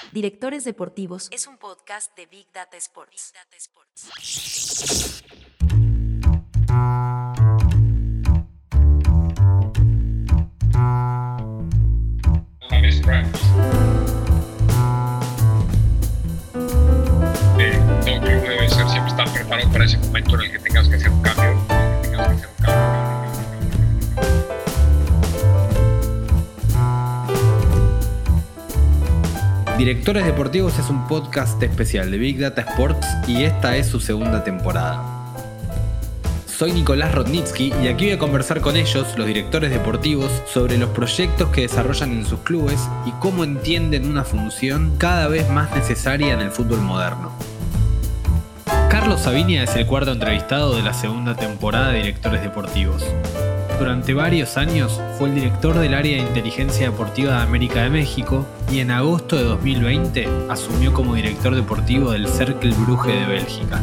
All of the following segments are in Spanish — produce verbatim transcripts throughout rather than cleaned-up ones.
Directores Deportivos es un podcast de Big Data Sports. Big Data Sports. Una best practice. Eh, todo club debe ser siempre estar preparado para ese momento en el que tengas que hacer un cambio. En el que tengas que hacer un cambio. Directores Deportivos es un podcast especial de Big Data Sports y esta es su segunda temporada. Soy Nicolás Rodnitsky y aquí voy a conversar con ellos, los directores deportivos, sobre los proyectos que desarrollan en sus clubes y cómo entienden una función cada vez más necesaria en el fútbol moderno. Carlos Savinia es el cuarto entrevistado de la segunda temporada de Directores Deportivos. Durante varios años fue el director del área de inteligencia deportiva de América de México y en agosto de dos mil veinte asumió como director deportivo del Cercle Brugge de Bélgica.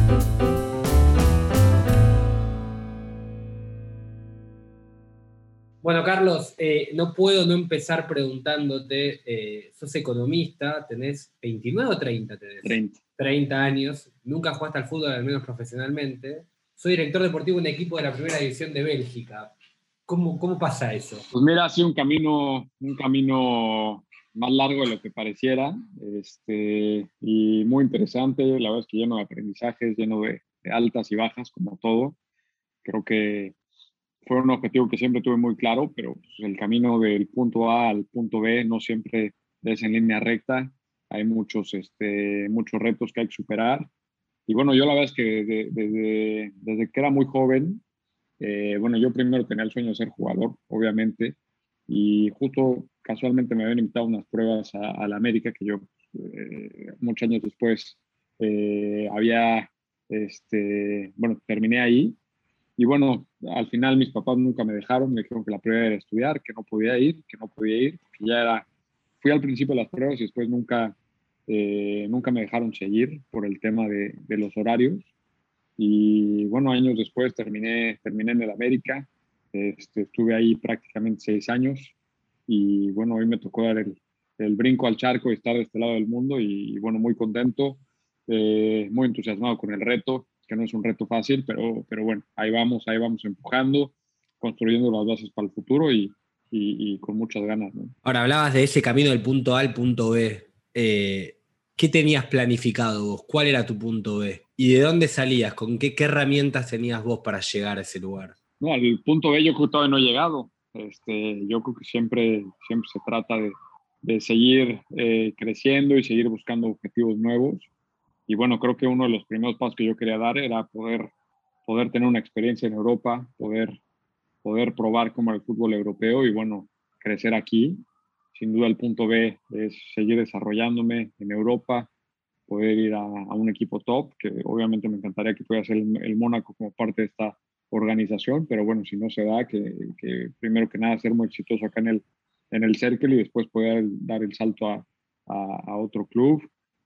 Bueno, Carlos, eh, no puedo no empezar preguntándote, eh, sos economista, tenés veintinueve o treinta, tenés treinta. treinta años, nunca jugaste al fútbol, al menos profesionalmente. Soy director deportivo de un equipo de la primera división de Bélgica. ¿Cómo, cómo pasa eso? Pues mira, ha sido un camino, un camino más largo de lo que pareciera, este, y muy interesante. La verdad es que lleno de aprendizajes, lleno de, de altas y bajas, como todo. Creo que fue un objetivo que siempre tuve muy claro, pero pues, el camino del punto A al punto B no siempre es en línea recta. Hay muchos, este, muchos retos que hay que superar. Y bueno, yo la verdad es que desde, desde, desde que era muy joven, eh, bueno, yo primero tenía el sueño de ser jugador, obviamente, y justo casualmente me habían invitado a unas pruebas a, a la América, que yo eh, muchos años después eh, había, este, bueno, terminé ahí. Y bueno, al final mis papás nunca me dejaron, me dijeron que la prueba era estudiar, que no podía ir, que no podía ir, que ya era, fui al principio de las pruebas y después nunca, eh, nunca me dejaron seguir por el tema de, de los horarios. Y bueno, años después terminé, terminé en el América, este, estuve ahí prácticamente seis años y bueno, hoy me tocó dar el, el brinco al charco y estar de este lado del mundo y, y bueno, muy contento, eh, muy entusiasmado con el reto, que no es un reto fácil, pero, pero bueno, ahí vamos, ahí vamos empujando, construyendo las bases para el futuro y, y, y con muchas ganas, ¿no? Ahora, hablabas de ese camino del punto A al punto B. Eh, ¿Qué tenías planificado vos? ¿Cuál era tu punto B? ¿Y de dónde salías? ¿Con qué, qué herramientas tenías vos para llegar a ese lugar? No, al punto B yo creo que todavía no he llegado. Este, yo creo que siempre, siempre se trata de, de seguir eh, creciendo y seguir buscando objetivos nuevos. Y bueno, creo que uno de los primeros pasos que yo quería dar era poder, poder tener una experiencia en Europa, poder, poder probar cómo era el fútbol europeo y bueno, crecer aquí. Sin duda el punto B es seguir desarrollándome en Europa, poder ir a, a un equipo top, que obviamente me encantaría que pudiera ser el, el Mónaco como parte de esta organización, pero bueno, si no se da, que, que primero que nada ser muy exitoso acá en el, en el Cercle y después poder dar el salto a, a, a otro club.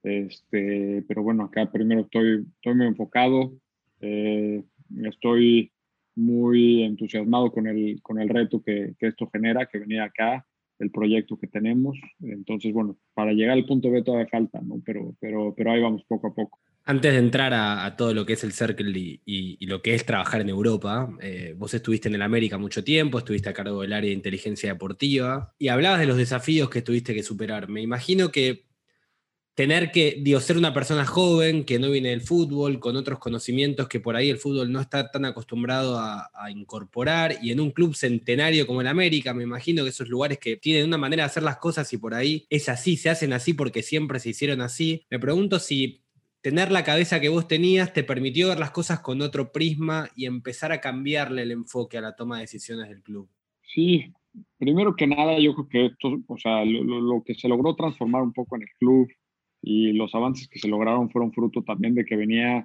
Este, pero bueno, acá primero estoy, estoy muy enfocado, eh, estoy muy entusiasmado con el, con el reto que, que esto genera, que venía acá, el proyecto que tenemos. Entonces, bueno, para llegar al punto B todavía falta, ¿no? Pero, pero, pero ahí vamos poco a poco. Antes de entrar a, a todo lo que es el Cercle y, y, y lo que es trabajar en Europa, eh, vos estuviste en el América mucho tiempo, estuviste a cargo del área de inteligencia deportiva y hablabas de los desafíos que tuviste que superar. Me imagino que tener que, digo, ser una persona joven que no viene del fútbol, con otros conocimientos que por ahí el fútbol no está tan acostumbrado a, a incorporar, y en un club centenario como el América, me imagino que esos lugares que tienen una manera de hacer las cosas y por ahí es así, se hacen así porque siempre se hicieron así. Me pregunto si tener la cabeza que vos tenías te permitió ver las cosas con otro prisma y empezar a cambiarle el enfoque a la toma de decisiones del club. Sí, primero que nada, yo creo que esto, o sea, lo, lo, lo que se logró transformar un poco en el club y los avances que se lograron fueron fruto también de que venía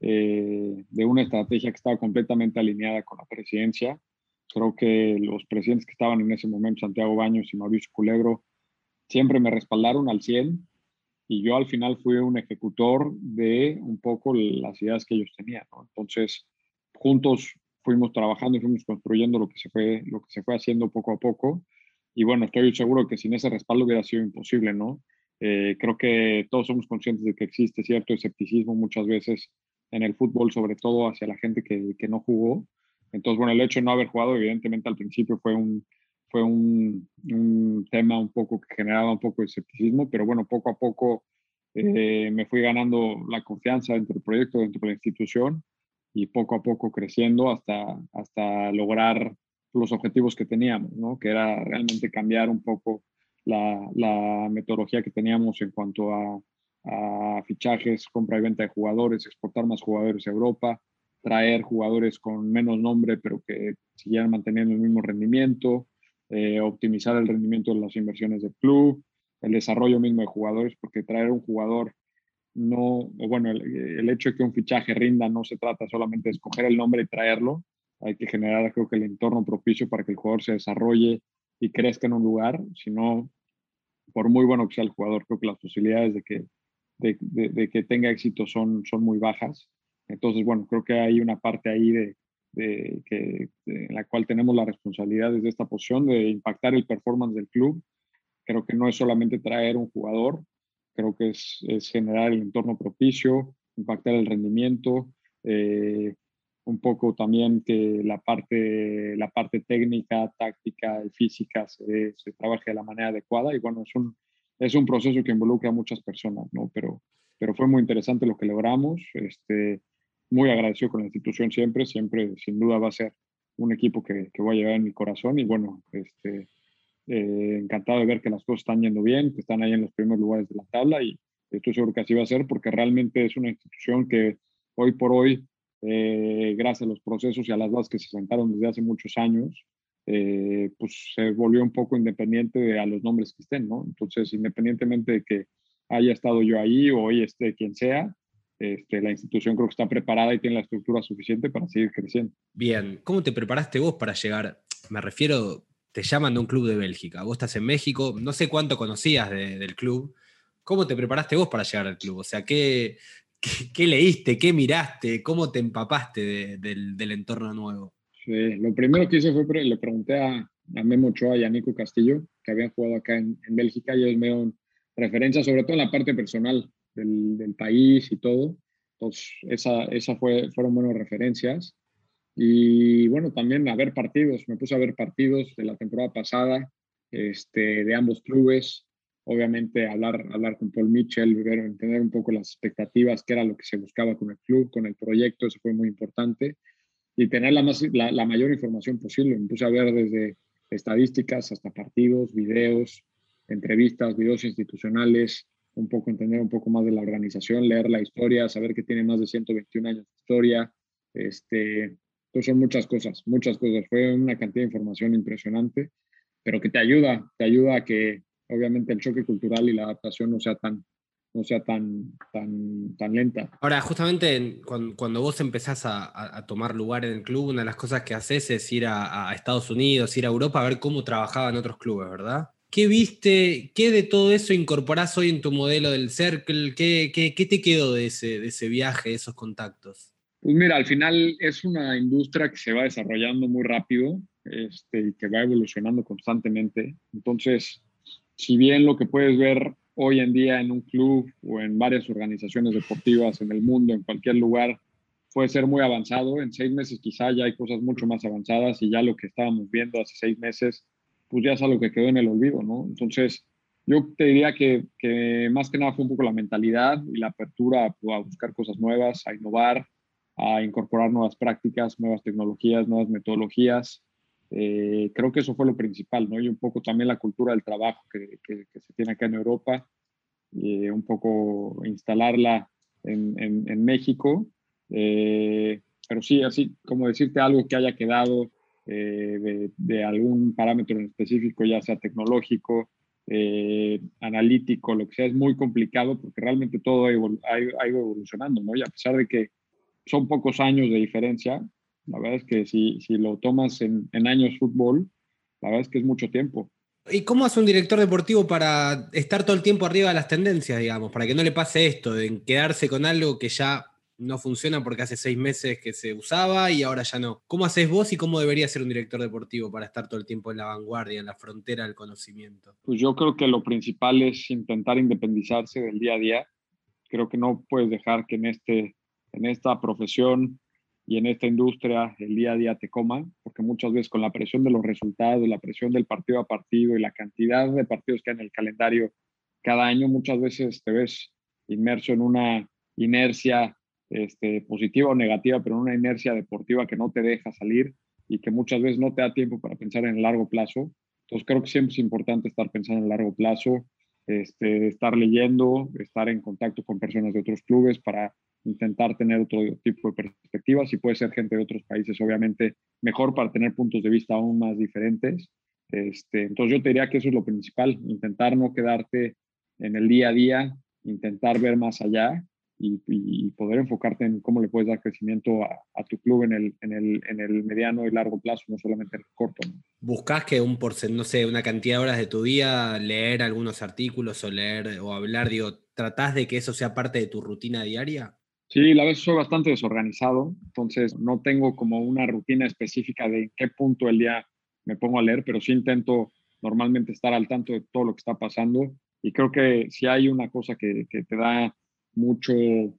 eh, de una estrategia que estaba completamente alineada con la presidencia. Creo que los presidentes que estaban en ese momento, Santiago Baños y Mauricio Culebro, siempre me respaldaron al cien y yo al final fui un ejecutor de un poco las ideas que ellos tenían, ¿no? Entonces, juntos fuimos trabajando y fuimos construyendo lo que se fue, lo que se fue haciendo poco a poco. Y bueno, estoy seguro que sin ese respaldo hubiera sido imposible, ¿no? Eh, creo que todos somos conscientes de que existe cierto escepticismo muchas veces en el fútbol, sobre todo hacia la gente que, que no jugó. Entonces, bueno, el hecho de no haber jugado, evidentemente al principio fue un, fue un, un tema un poco que generaba un poco de escepticismo, pero bueno, poco a poco eh, me fui ganando la confianza dentro del proyecto, dentro de la institución, y poco a poco creciendo hasta, hasta lograr los objetivos que teníamos, ¿no? Que era realmente cambiar un poco la, la metodología que teníamos en cuanto a, a fichajes, compra y venta de jugadores, exportar más jugadores a Europa, traer jugadores con menos nombre, pero que siguieran manteniendo el mismo rendimiento, eh, optimizar el rendimiento de las inversiones del club, el desarrollo mismo de jugadores, porque traer un jugador no, o bueno, el, el hecho de que un fichaje rinda no se trata solamente de escoger el nombre y traerlo, hay que generar, creo que, el entorno propicio para que el jugador se desarrolle y crezca en un lugar, sino por muy bueno que sea el jugador, creo que las posibilidades de que, de, de, de que tenga éxito son, son muy bajas. Entonces, bueno, creo que hay una parte ahí de, de que, de, en la cual tenemos la responsabilidad desde esta posición de impactar el performance del club. Creo que no es solamente traer un jugador, creo que es, es generar el entorno propicio, impactar el rendimiento, eh, un poco también que la parte, la parte técnica, táctica y física se, se trabaje de la manera adecuada. Y bueno, es un, es un proceso que involucra a muchas personas, ¿no? Pero, pero fue muy interesante lo que logramos. Este, muy agradecido con la institución siempre, siempre sin duda va a ser un equipo que, que voy a llevar en mi corazón. Y bueno, este, eh, encantado de ver que las cosas están yendo bien, que están ahí en los primeros lugares de la tabla y estoy seguro que así va a ser porque realmente es una institución que hoy por hoy, eh, gracias a los procesos y a las bases que se sentaron desde hace muchos años, eh, pues se volvió un poco independiente de a los nombres que estén, ¿no? Entonces, independientemente de que haya estado yo ahí o hoy esté quien sea, este, la institución creo que está preparada y tiene la estructura suficiente para seguir creciendo. Bien, ¿cómo te preparaste vos para llegar? Me refiero, te llaman de un club de Bélgica, vos estás en México, no sé cuánto conocías de, del club. ¿Cómo te preparaste vos para llegar al club? O sea, ¿qué, qué, qué leíste, qué miraste, cómo te empapaste de, del, del entorno nuevo? Sí, lo primero que hice fue, pre- le pregunté a, a Memo Ochoa y a Nico Castillo, que habían jugado acá en, en Bélgica, y ellos me dieron referencias, sobre todo en la parte personal del, del país y todo. Entonces, esa, esa fue, fueron buenas referencias. Y bueno, también a ver partidos, me puse a ver partidos de la temporada pasada, este, de ambos clubes. Obviamente hablar, hablar con Paul Mitchell, ver, entender un poco las expectativas, qué era lo que se buscaba con el club, con el proyecto, eso fue muy importante y tener la, más, la, la mayor información posible. Me puse a ver desde estadísticas hasta partidos, videos, entrevistas, videos institucionales, un poco entender un poco más de la organización, leer la historia, saber que tiene más de ciento veintiún años de historia. Este, entonces son muchas cosas, muchas cosas. Fue una cantidad de información impresionante, pero que te ayuda, te ayuda a que obviamente el choque cultural y la adaptación no sea tan, no sea tan, tan, tan lenta. Ahora, justamente cuando, cuando vos empezás a, a, a tomar lugar en el club, una de las cosas que haces es ir a, a Estados Unidos, ir a Europa, a ver cómo trabajaban otros clubes, ¿verdad? ¿Qué viste, qué de todo eso incorporás hoy en tu modelo del Circle? ¿Qué, qué, qué te quedó de ese, de ese viaje, de esos contactos? Pues mira, al final es una industria que se va desarrollando muy rápido, este, y que va evolucionando constantemente. Entonces, si bien lo que puedes ver hoy en día en un club o en varias organizaciones deportivas en el mundo, en cualquier lugar, puede ser muy avanzado, en seis meses quizá ya hay cosas mucho más avanzadas y ya lo que estábamos viendo hace seis meses, pues ya es algo que quedó en el olvido, ¿no? Entonces, yo te diría que, que más que nada fue un poco la mentalidad y la apertura a, a buscar cosas nuevas, a innovar, a incorporar nuevas prácticas, nuevas tecnologías, nuevas metodologías. Eh, creo que eso fue lo principal, ¿no? Y un poco también la cultura del trabajo que, que, que se tiene acá en Europa, y un poco instalarla en, en, en México. Eh, pero sí, así como decirte algo que haya quedado eh, de, de, algún parámetro en específico, ya sea tecnológico, eh, analítico, lo que sea, es muy complicado porque realmente todo ha, evol ha, ha ido evolucionando, ¿no? Y a pesar de que son pocos años de diferencia, la verdad es que si, si lo tomas en, en años fútbol, la verdad es que es mucho tiempo. ¿Y cómo hace un director deportivo para estar todo el tiempo arriba de las tendencias, digamos? Para que no le pase esto, de quedarse con algo que ya no funciona porque hace seis meses que se usaba y ahora ya no. ¿Cómo haces vos y cómo debería ser un director deportivo para estar todo el tiempo en la vanguardia, en la frontera del conocimiento? Pues yo creo que lo principal es intentar independizarse del día a día. Creo que no puedes dejar que en, este, en esta profesión y en esta industria el día a día te coma, porque muchas veces con la presión de los resultados, la presión del partido a partido y la cantidad de partidos que hay en el calendario cada año, muchas veces te ves inmerso en una inercia este, positiva o negativa, pero en una inercia deportiva que no te deja salir y que muchas veces no te da tiempo para pensar en el largo plazo. Entonces creo que siempre es importante estar pensando en el largo plazo, este, estar leyendo, estar en contacto con personas de otros clubes para intentar tener otro tipo de perspectivas y puede ser gente de otros países, obviamente mejor para tener puntos de vista aún más diferentes. Este, entonces yo te diría que eso es lo principal, intentar no quedarte en el día a día, intentar ver más allá y, y poder enfocarte en cómo le puedes dar crecimiento a, a tu club en el, en, el, en el mediano y largo plazo, no solamente en el corto, ¿no? ¿Buscás que un porcentaje, no sé, una cantidad de horas de tu día, leer algunos artículos o leer o hablar, digo, tratás de que eso sea parte de tu rutina diaria? Sí, la vez soy bastante desorganizado, entonces no tengo como una rutina específica de en qué punto del día me pongo a leer, pero sí intento normalmente estar al tanto de todo lo que está pasando y creo que si hay una cosa que, que te da mucho,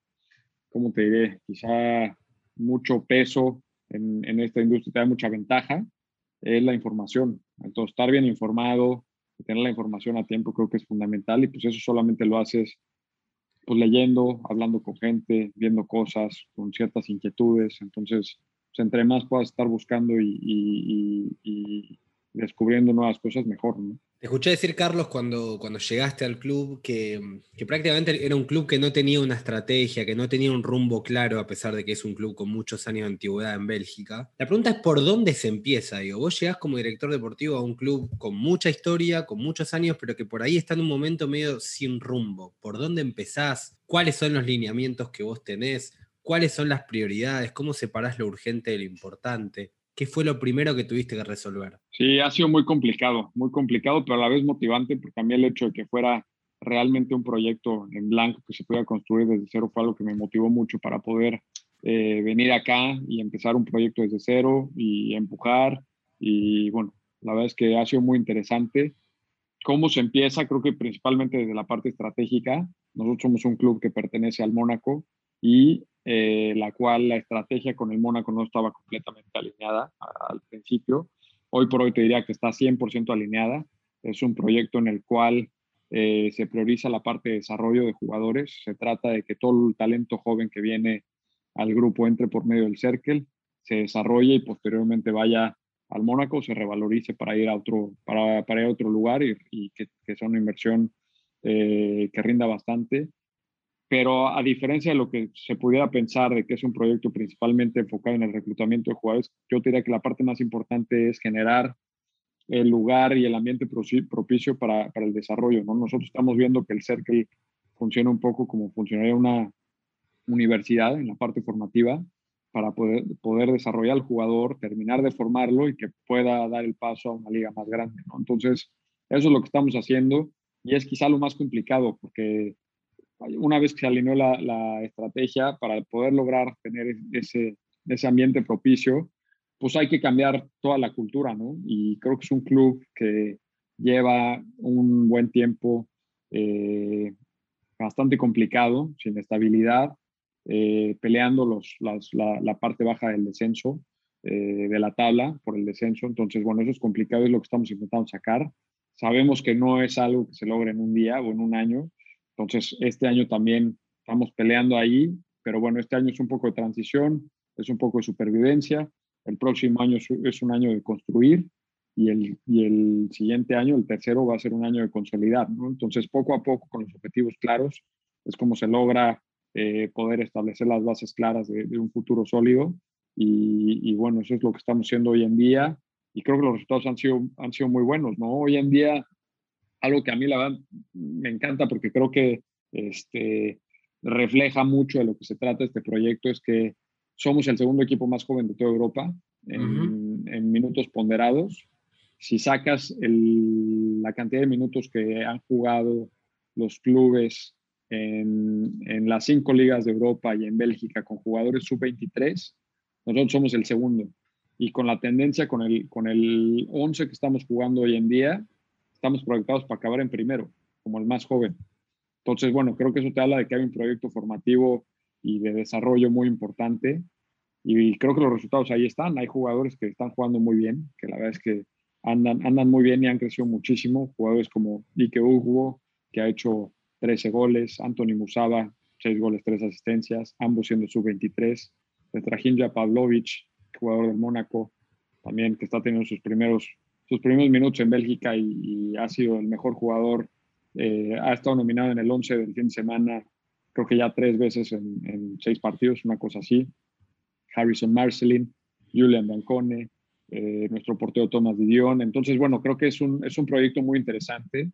¿cómo te diré? Quizá mucho peso en, en esta industria, te da mucha ventaja, es la información. Entonces, estar bien informado, tener la información a tiempo creo que es fundamental y pues eso solamente lo haces pues leyendo, hablando con gente, viendo cosas, con ciertas inquietudes. Entonces, pues, entre más puedas estar buscando y, y, y, y descubriendo nuevas cosas, mejor, ¿no? Te escuché decir, Carlos, cuando, cuando llegaste al club, que, que prácticamente era un club que no tenía una estrategia, que no tenía un rumbo claro, a pesar de que es un club con muchos años de antigüedad en Bélgica. La pregunta es por dónde se empieza. Digo, vos llegás como director deportivo a un club con mucha historia, con muchos años, pero que por ahí está en un momento medio sin rumbo. ¿Por dónde empezás? ¿Cuáles son los lineamientos que vos tenés? ¿Cuáles son las prioridades? ¿Cómo separás lo urgente de lo importante? ¿Qué fue lo primero que tuviste que resolver? Sí, ha sido muy complicado, muy complicado, pero a la vez motivante, porque a mí el hecho de que fuera realmente un proyecto en blanco que se pudiera construir desde cero fue algo que me motivó mucho para poder eh, venir acá y empezar un proyecto desde cero y empujar. Y bueno, la verdad es que ha sido muy interesante. ¿Cómo se empieza? Creo que principalmente desde la parte estratégica. Nosotros somos un club que pertenece al Mónaco y eh, la cual la estrategia con el Mónaco no estaba completamente alineada a, al principio. Hoy por hoy te diría que está cien por ciento alineada. Es un proyecto en el cual eh, se prioriza la parte de desarrollo de jugadores. Se trata de que todo el talento joven que viene al grupo entre por medio del Cercle, se desarrolle y posteriormente vaya al Mónaco, se revalorice para ir a otro, para, para ir a otro lugar y, y que, que, sea una inversión eh, que rinda bastante. Pero a diferencia de lo que se pudiera pensar de que es un proyecto principalmente enfocado en el reclutamiento de jugadores, yo diría que la parte más importante es generar el lugar y el ambiente propicio para, para el desarrollo, ¿no? Nosotros estamos viendo que el Cercle funciona un poco como funcionaría una universidad en la parte formativa para poder, poder desarrollar al jugador, terminar de formarlo y que pueda dar el paso a una liga más grande, ¿no? Entonces, eso es lo que estamos haciendo y es quizá lo más complicado porque una vez que se alineó la, la estrategia para poder lograr tener ese, ese ambiente propicio, pues hay que cambiar toda la cultura, ¿no? Y creo que es un club que lleva un buen tiempo eh, bastante complicado, sin estabilidad, eh, peleando los, las, la, la, parte baja del descenso, eh, de la tabla por el descenso. Entonces, bueno, eso es complicado, es lo que estamos intentando sacar. Sabemos que no es algo que se logre en un día o en un año. Entonces, este año también estamos peleando ahí, pero bueno, este año es un poco de transición, es un poco de supervivencia. El próximo año es un año de construir y el, y el siguiente año, el tercero, va a ser un año de consolidar, ¿no? Entonces, poco a poco, con los objetivos claros, es como se logra eh, poder establecer las bases claras de, de un futuro sólido. Y, y, bueno, eso es lo que estamos haciendo hoy en día. Y creo que los resultados han sido, han sido muy buenos, ¿no? Hoy en día, algo que a mí la verdad me encanta porque creo que este, refleja mucho de lo que se trata este proyecto, es que somos el segundo equipo más joven de toda Europa en, uh-huh. en minutos ponderados. Si sacas el, la cantidad de minutos que han jugado los clubes en, en las cinco ligas de Europa y en Bélgica con jugadores sub veintitrés, nosotros somos el segundo. Y con la tendencia, con el, con el once que estamos jugando hoy en día, estamos proyectados para acabar en primero, como el más joven. Entonces, bueno, creo que eso te habla de que hay un proyecto formativo y de desarrollo muy importante. Y creo que los resultados ahí están. Hay jugadores que están jugando muy bien, que la verdad es que andan, andan muy bien y han crecido muchísimo. Jugadores como Ike Ugbo, que ha hecho trece goles, Anthony Musaba, seis goles, tres asistencias, ambos siendo sub veintitrés. Petrahinja Pavlovic, jugador del Mónaco, también que está teniendo sus primeros, sus primeros minutos en Bélgica y, y ha sido el mejor jugador. Eh, ha estado nominado en el once del fin de semana, creo que ya tres veces en, en seis partidos, una cosa así. Harrison Marcelin, Julian Dancone, eh, nuestro portero Tomás Didion. Entonces, bueno, creo que es un, es un proyecto muy interesante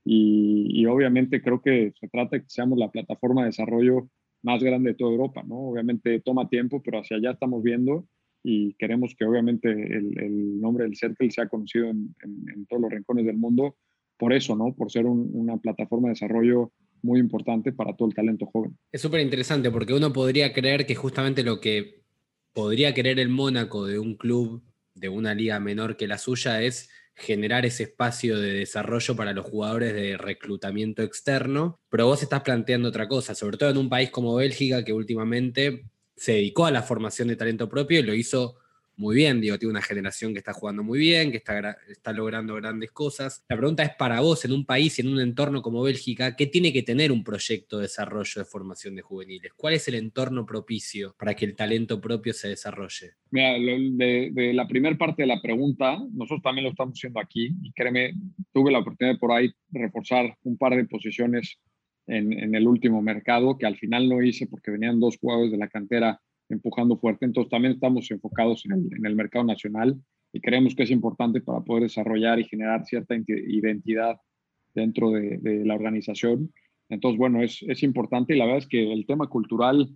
y, y obviamente creo que se trata de que seamos la plataforma de desarrollo más grande de toda Europa, ¿no? Obviamente toma tiempo, pero hacia allá estamos viendo y queremos que obviamente el, el nombre del Cercle sea conocido en, en, en todos los rincones del mundo por eso, ¿no? Por ser un, una plataforma de desarrollo muy importante para todo el talento joven. Es súper interesante porque uno podría creer que justamente lo que podría querer el Mónaco de un club de una liga menor que la suya es generar ese espacio de desarrollo para los jugadores de reclutamiento externo, pero vos estás planteando otra cosa, sobre todo en un país como Bélgica que últimamente se dedicó a la formación de talento propio y lo hizo muy bien, digo, tiene una generación que está jugando muy bien, que está, está logrando grandes cosas. La pregunta es para vos, en un país, en un entorno como Bélgica, ¿qué tiene que tener un proyecto de desarrollo de formación de juveniles? ¿Cuál es el entorno propicio para que el talento propio se desarrolle? Mira, de, de la primera parte de la pregunta, nosotros también lo estamos haciendo aquí y créeme, tuve la oportunidad de por ahí reforzar un par de posiciones en, en el último mercado que al final no hice porque venían dos jugadores de la cantera empujando fuerte, entonces también estamos enfocados en el, en el mercado nacional y creemos que es importante para poder desarrollar y generar cierta identidad dentro de, de la organización. Entonces, bueno, es, es importante y la verdad es que el tema cultural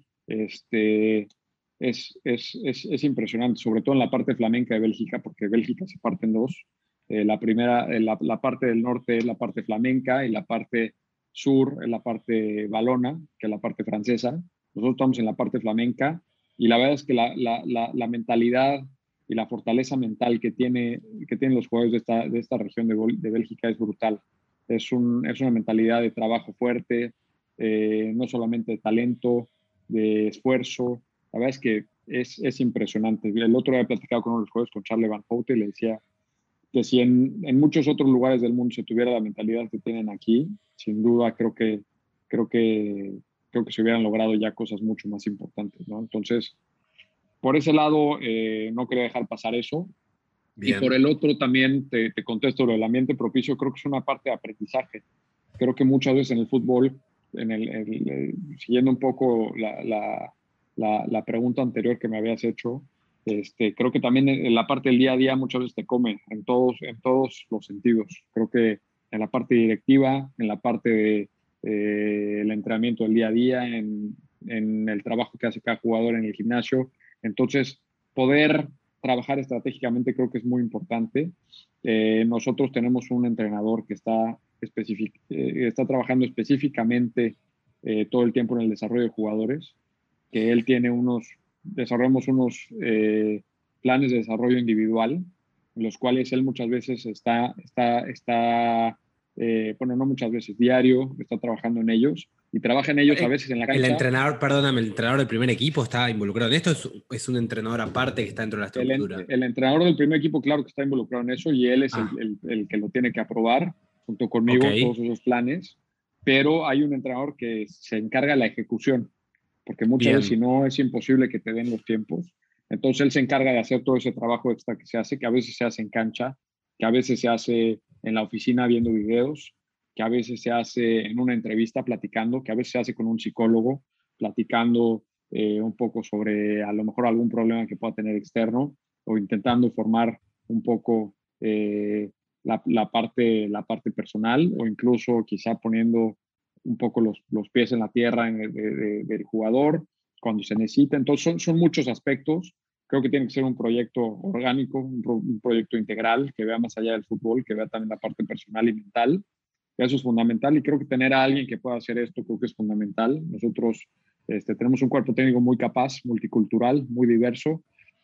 este, es, es, es, es impresionante, sobre todo en la parte flamenca de Bélgica, porque Bélgica se parte en dos. Eh, la primera, eh, la, la parte del norte es la parte flamenca y la parte sur es la parte valona, que es la parte francesa. Nosotros estamos en la parte flamenca y la verdad es que la, la, la, la mentalidad y la fortaleza mental que, tiene, que tienen los jugadores de esta, de esta región de, de Bélgica es brutal. Es, un, es una mentalidad de trabajo fuerte, eh, no solamente de talento, de esfuerzo. La verdad es que es, es impresionante. El otro día he platicado con uno de los jugadores, con Charlie Van Houte, y le decía que si en, en muchos otros lugares del mundo se tuviera la mentalidad que tienen aquí, sin duda creo que, creo que, creo que se hubieran logrado ya cosas mucho más importantes, ¿no? Entonces, por ese lado, eh, no quería dejar pasar eso. Bien. Y por el otro también te, te contesto lo del ambiente propicio, creo que es una parte de aprendizaje. Creo que muchas veces en el fútbol, en el, el, el, siguiendo un poco la, la, la, la pregunta anterior que me habías hecho, este, creo que también en la parte del día a día muchas veces te come en todos, en todos los sentidos. Creo que en la parte directiva, en la parte del de, eh, entrenamiento del día a día, en, en el trabajo que hace cada jugador en el gimnasio. Entonces, poder trabajar estratégicamente creo que es muy importante. Eh, nosotros tenemos un entrenador que está, eh, está trabajando específicamente eh, todo el tiempo en el desarrollo de jugadores, que él tiene unos, desarrollamos unos eh, planes de desarrollo individual, en los cuales él muchas veces está, está, está eh, bueno, no muchas veces, diario, está trabajando en ellos y trabaja en ellos a veces en la cancha. El entrenador, perdóname, el entrenador del primer equipo está involucrado en esto, es, es un entrenador aparte que está dentro de la estructura. El, el entrenador del primer equipo, claro que está involucrado en eso y él es ah. el, el, el que lo tiene que aprobar junto conmigo, okay. Todos esos planes, pero hay un entrenador que se encarga de la ejecución, porque muchas Bien. veces si no es imposible que te den los tiempos. Entonces él se encarga de hacer todo ese trabajo extra que se hace, que a veces se hace en cancha, que a veces se hace en la oficina viendo videos, que a veces se hace en una entrevista platicando, que a veces se hace con un psicólogo platicando eh, un poco sobre a lo mejor algún problema que pueda tener externo o intentando formar un poco eh, la, la, parte, la parte personal o incluso quizá poniendo un poco los, los pies en la tierra en el, de, de, del jugador cuando se necesita. Entonces son, son muchos aspectos. Creo que tiene que ser un proyecto orgánico, un, pro, un proyecto integral que vea más allá del fútbol, que vea también la parte personal y mental. Eso es fundamental y creo que tener a alguien que pueda hacer esto creo que es fundamental. Nosotros este, tenemos un cuerpo técnico muy capaz, multicultural, muy diverso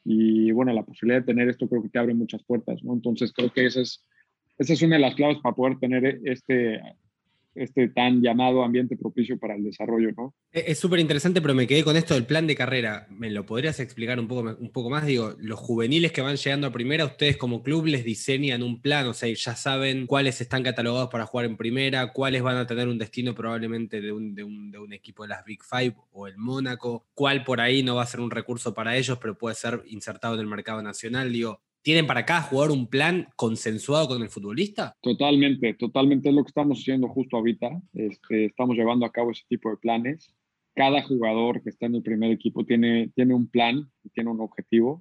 y bueno, la posibilidad de tener esto creo que te abre muchas puertas, ¿no? Entonces creo que esa es, esa es una de las claves para poder tener este, este tan llamado ambiente propicio para el desarrollo, ¿no? Es súper interesante, pero me quedé con esto del plan de carrera. ¿Me lo podrías explicar un poco, un poco más? Digo, los juveniles que van llegando a primera, ustedes como club les diseñan un plan, o sea, ya saben cuáles están catalogados para jugar en primera, cuáles van a tener un destino probablemente de un, de un, de un equipo de las Big Five o el Mónaco, cuál por ahí no va a ser un recurso para ellos, pero puede ser insertado en el mercado nacional. Digo, ¿tienen para cada jugador un plan consensuado con el futbolista? Totalmente, totalmente es lo que estamos haciendo justo ahorita. Este, estamos llevando a cabo ese tipo de planes. Cada jugador que está en el primer equipo tiene, tiene un plan, tiene un objetivo.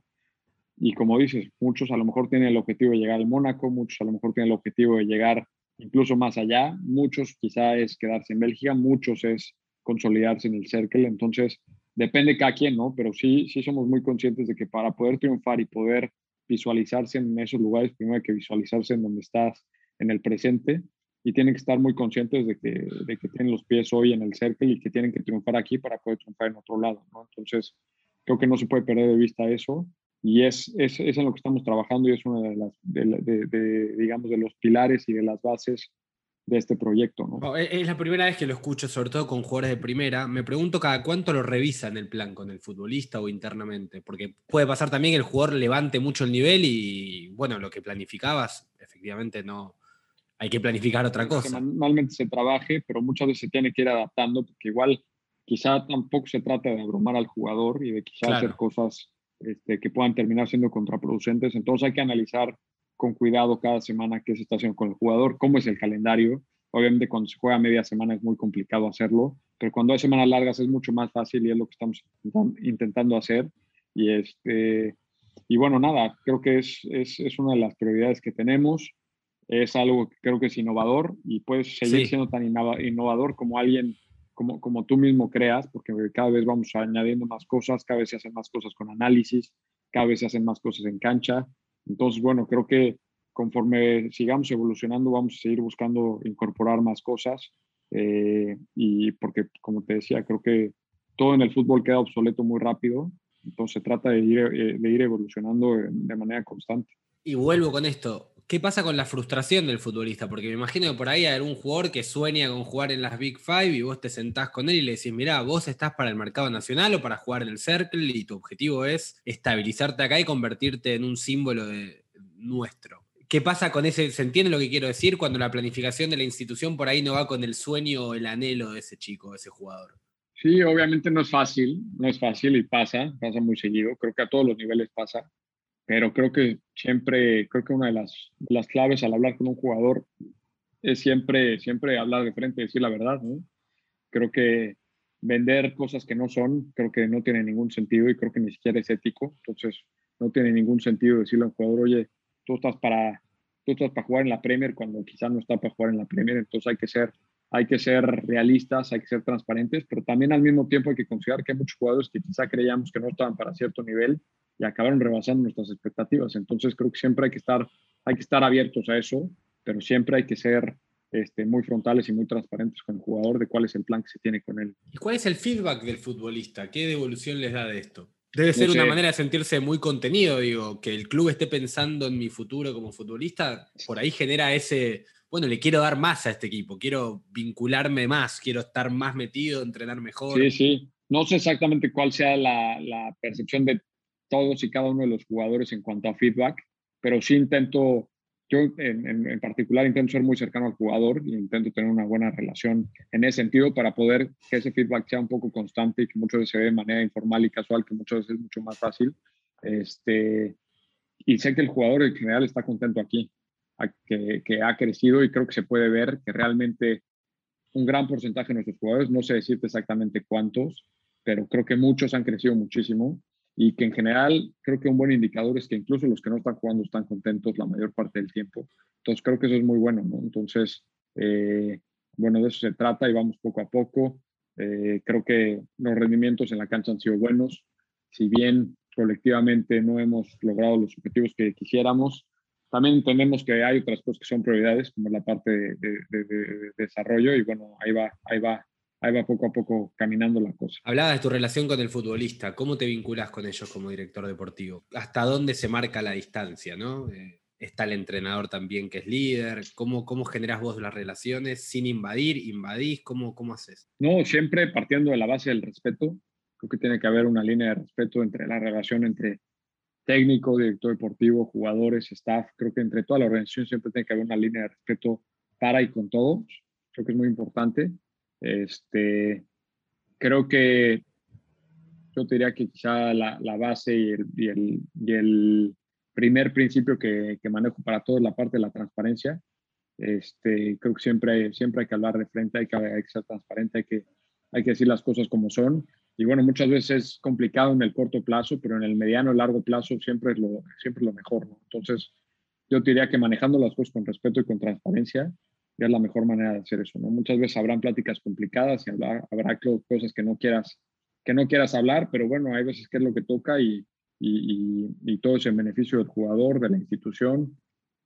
Y como dices, muchos a lo mejor tienen el objetivo de llegar al Mónaco, muchos a lo mejor tienen el objetivo de llegar incluso más allá, muchos quizá es quedarse en Bélgica, muchos es consolidarse en el Cercle. Entonces, depende de cada quien, ¿no? Pero sí, sí somos muy conscientes de que para poder triunfar y poder visualizarse en esos lugares, primero hay que visualizarse en donde estás en el presente y tienen que estar muy conscientes de que, de que tienen los pies hoy en el Cercle y que tienen que triunfar aquí para poder triunfar en otro lado, ¿no? Entonces, creo que no se puede perder de vista eso y es, es, es en lo que estamos trabajando y es uno de, las, de, de, de, digamos, de los pilares y de las bases de este proyecto, ¿no? Oh, es la primera vez que lo escucho, sobre todo con jugadores de primera. Me pregunto cada cuánto lo revisan el plan con el futbolista o internamente, porque puede pasar también que el jugador levante mucho el nivel y, bueno, lo que planificabas, efectivamente no, hay que planificar otra cosa. Normalmente se trabaje, pero muchas veces se tiene que ir adaptando, porque igual quizá tampoco se trata de abrumar al jugador y de quizá Claro. hacer cosas este, que puedan terminar siendo contraproducentes. Entonces hay que analizar con cuidado cada semana qué se está haciendo con el jugador, cómo es el calendario. Obviamente cuando se juega media semana es muy complicado hacerlo, pero cuando hay semanas largas es mucho más fácil y es lo que estamos intentando hacer. Y, este, y bueno, nada, creo que es, es, es una de las prioridades que tenemos. Es algo que creo que es innovador y puedes seguir Sí. siendo tan innovador como alguien, como, como tú mismo creas, porque cada vez vamos añadiendo más cosas, cada vez se hacen más cosas con análisis, cada vez se hacen más cosas en cancha. Entonces, bueno, creo que conforme sigamos evolucionando vamos a seguir buscando incorporar más cosas eh, y porque, como te decía, creo que todo en el fútbol queda obsoleto muy rápido, entonces se trata de ir, eh, de ir evolucionando de manera constante. Y vuelvo con esto. ¿Qué pasa con la frustración del futbolista? Porque me imagino que por ahí hay algún jugador que sueña con jugar en las Big Five y vos te sentás con él y le decís, mirá, vos estás para el mercado nacional o para jugar en el Cercle y tu objetivo es estabilizarte acá y convertirte en un símbolo de nuestro. ¿Qué pasa con ese? ¿Se entiende lo que quiero decir cuando la planificación de la institución por ahí no va con el sueño o el anhelo de ese chico, de ese jugador? Sí, obviamente no es fácil, no es fácil y pasa, pasa muy seguido. Creo que a todos los niveles pasa. Pero creo que siempre, creo que una de las, las claves al hablar con un jugador es siempre, siempre hablar de frente, decir la verdad, ¿no? Creo que vender cosas que no son, creo que no tiene ningún sentido y creo que ni siquiera es ético. Entonces, no tiene ningún sentido decirle a un jugador, oye, tú estás para, tú estás para jugar en la Premier cuando quizás no está para jugar en la Premier. Entonces, hay que ser, hay que ser realistas, hay que ser transparentes, pero también al mismo tiempo hay que considerar que hay muchos jugadores que quizá creíamos que no estaban para cierto nivel y acabaron rebasando nuestras expectativas. Entonces, creo que siempre hay que estar, hay que estar abiertos a eso, pero siempre hay que ser este, muy frontales y muy transparentes con el jugador de cuál es el plan que se tiene con él. ¿Y cuál es el feedback del futbolista? ¿Qué devolución les da de esto? Debe No ser una sé, manera de sentirse muy contenido, digo, que el club esté pensando en mi futuro como futbolista, por ahí genera ese, bueno, le quiero dar más a este equipo, quiero vincularme más, quiero estar más metido, entrenar mejor. sí, sí. No sé exactamente cuál sea la, la percepción de todos y cada uno de los jugadores en cuanto a feedback, pero sí intento, yo en, en, en particular intento ser muy cercano al jugador y intento tener una buena relación en ese sentido para poder que ese feedback sea un poco constante y que muchas veces se ve de manera informal y casual, que muchas veces es mucho más fácil. Este, y sé que el jugador en general está contento aquí, que, que ha crecido y creo que se puede ver que realmente un gran porcentaje de nuestros jugadores, no sé decirte exactamente cuántos, pero creo que muchos han crecido muchísimo y que en general creo que un buen indicador es que incluso los que no están jugando están contentos la mayor parte del tiempo. Entonces creo que eso es muy bueno, ¿no? Entonces, eh, bueno, de eso se trata y vamos poco a poco. Eh, creo que los rendimientos en la cancha han sido buenos. Si bien colectivamente no hemos logrado los objetivos que quisiéramos, también entendemos que hay otras cosas que son prioridades, como la parte de, de, de, de desarrollo, y bueno, ahí va, ahí va, ahí va poco a poco caminando la cosa. Hablabas de tu relación con el futbolista. ¿Cómo te vinculas con ellos como director deportivo? ¿Hasta dónde se marca la distancia, no? Eh, está el entrenador también que es líder. ¿Cómo, cómo generás vos las relaciones sin invadir? ¿Invadís? ¿Cómo, cómo haces? No, siempre partiendo de la base del respeto. Creo que tiene que haber una línea de respeto entre la relación entre técnico, director deportivo, jugadores, staff. Creo que entre toda la organización siempre tiene que haber una línea de respeto para y con todos. Creo que es muy importante. Este, creo que yo te diría que quizá la, la base y el, y, el, y el primer principio que, que manejo para todos es la parte de la transparencia. Este, creo que siempre hay, siempre hay que hablar de frente, hay que, hay que ser transparente, hay que, hay que decir las cosas como son. Y bueno, muchas veces es complicado en el corto plazo, pero en el mediano y largo plazo siempre es lo, siempre es lo mejor, ¿no? Entonces, yo te diría que manejando las cosas con respeto y con transparencia ya es la mejor manera de hacer eso, ¿no? Muchas veces habrán pláticas complicadas y habrá, habrá cosas que no quieras que no quieras hablar, pero bueno, hay veces que es lo que toca y, y, y, y todo es en beneficio del jugador, de la institución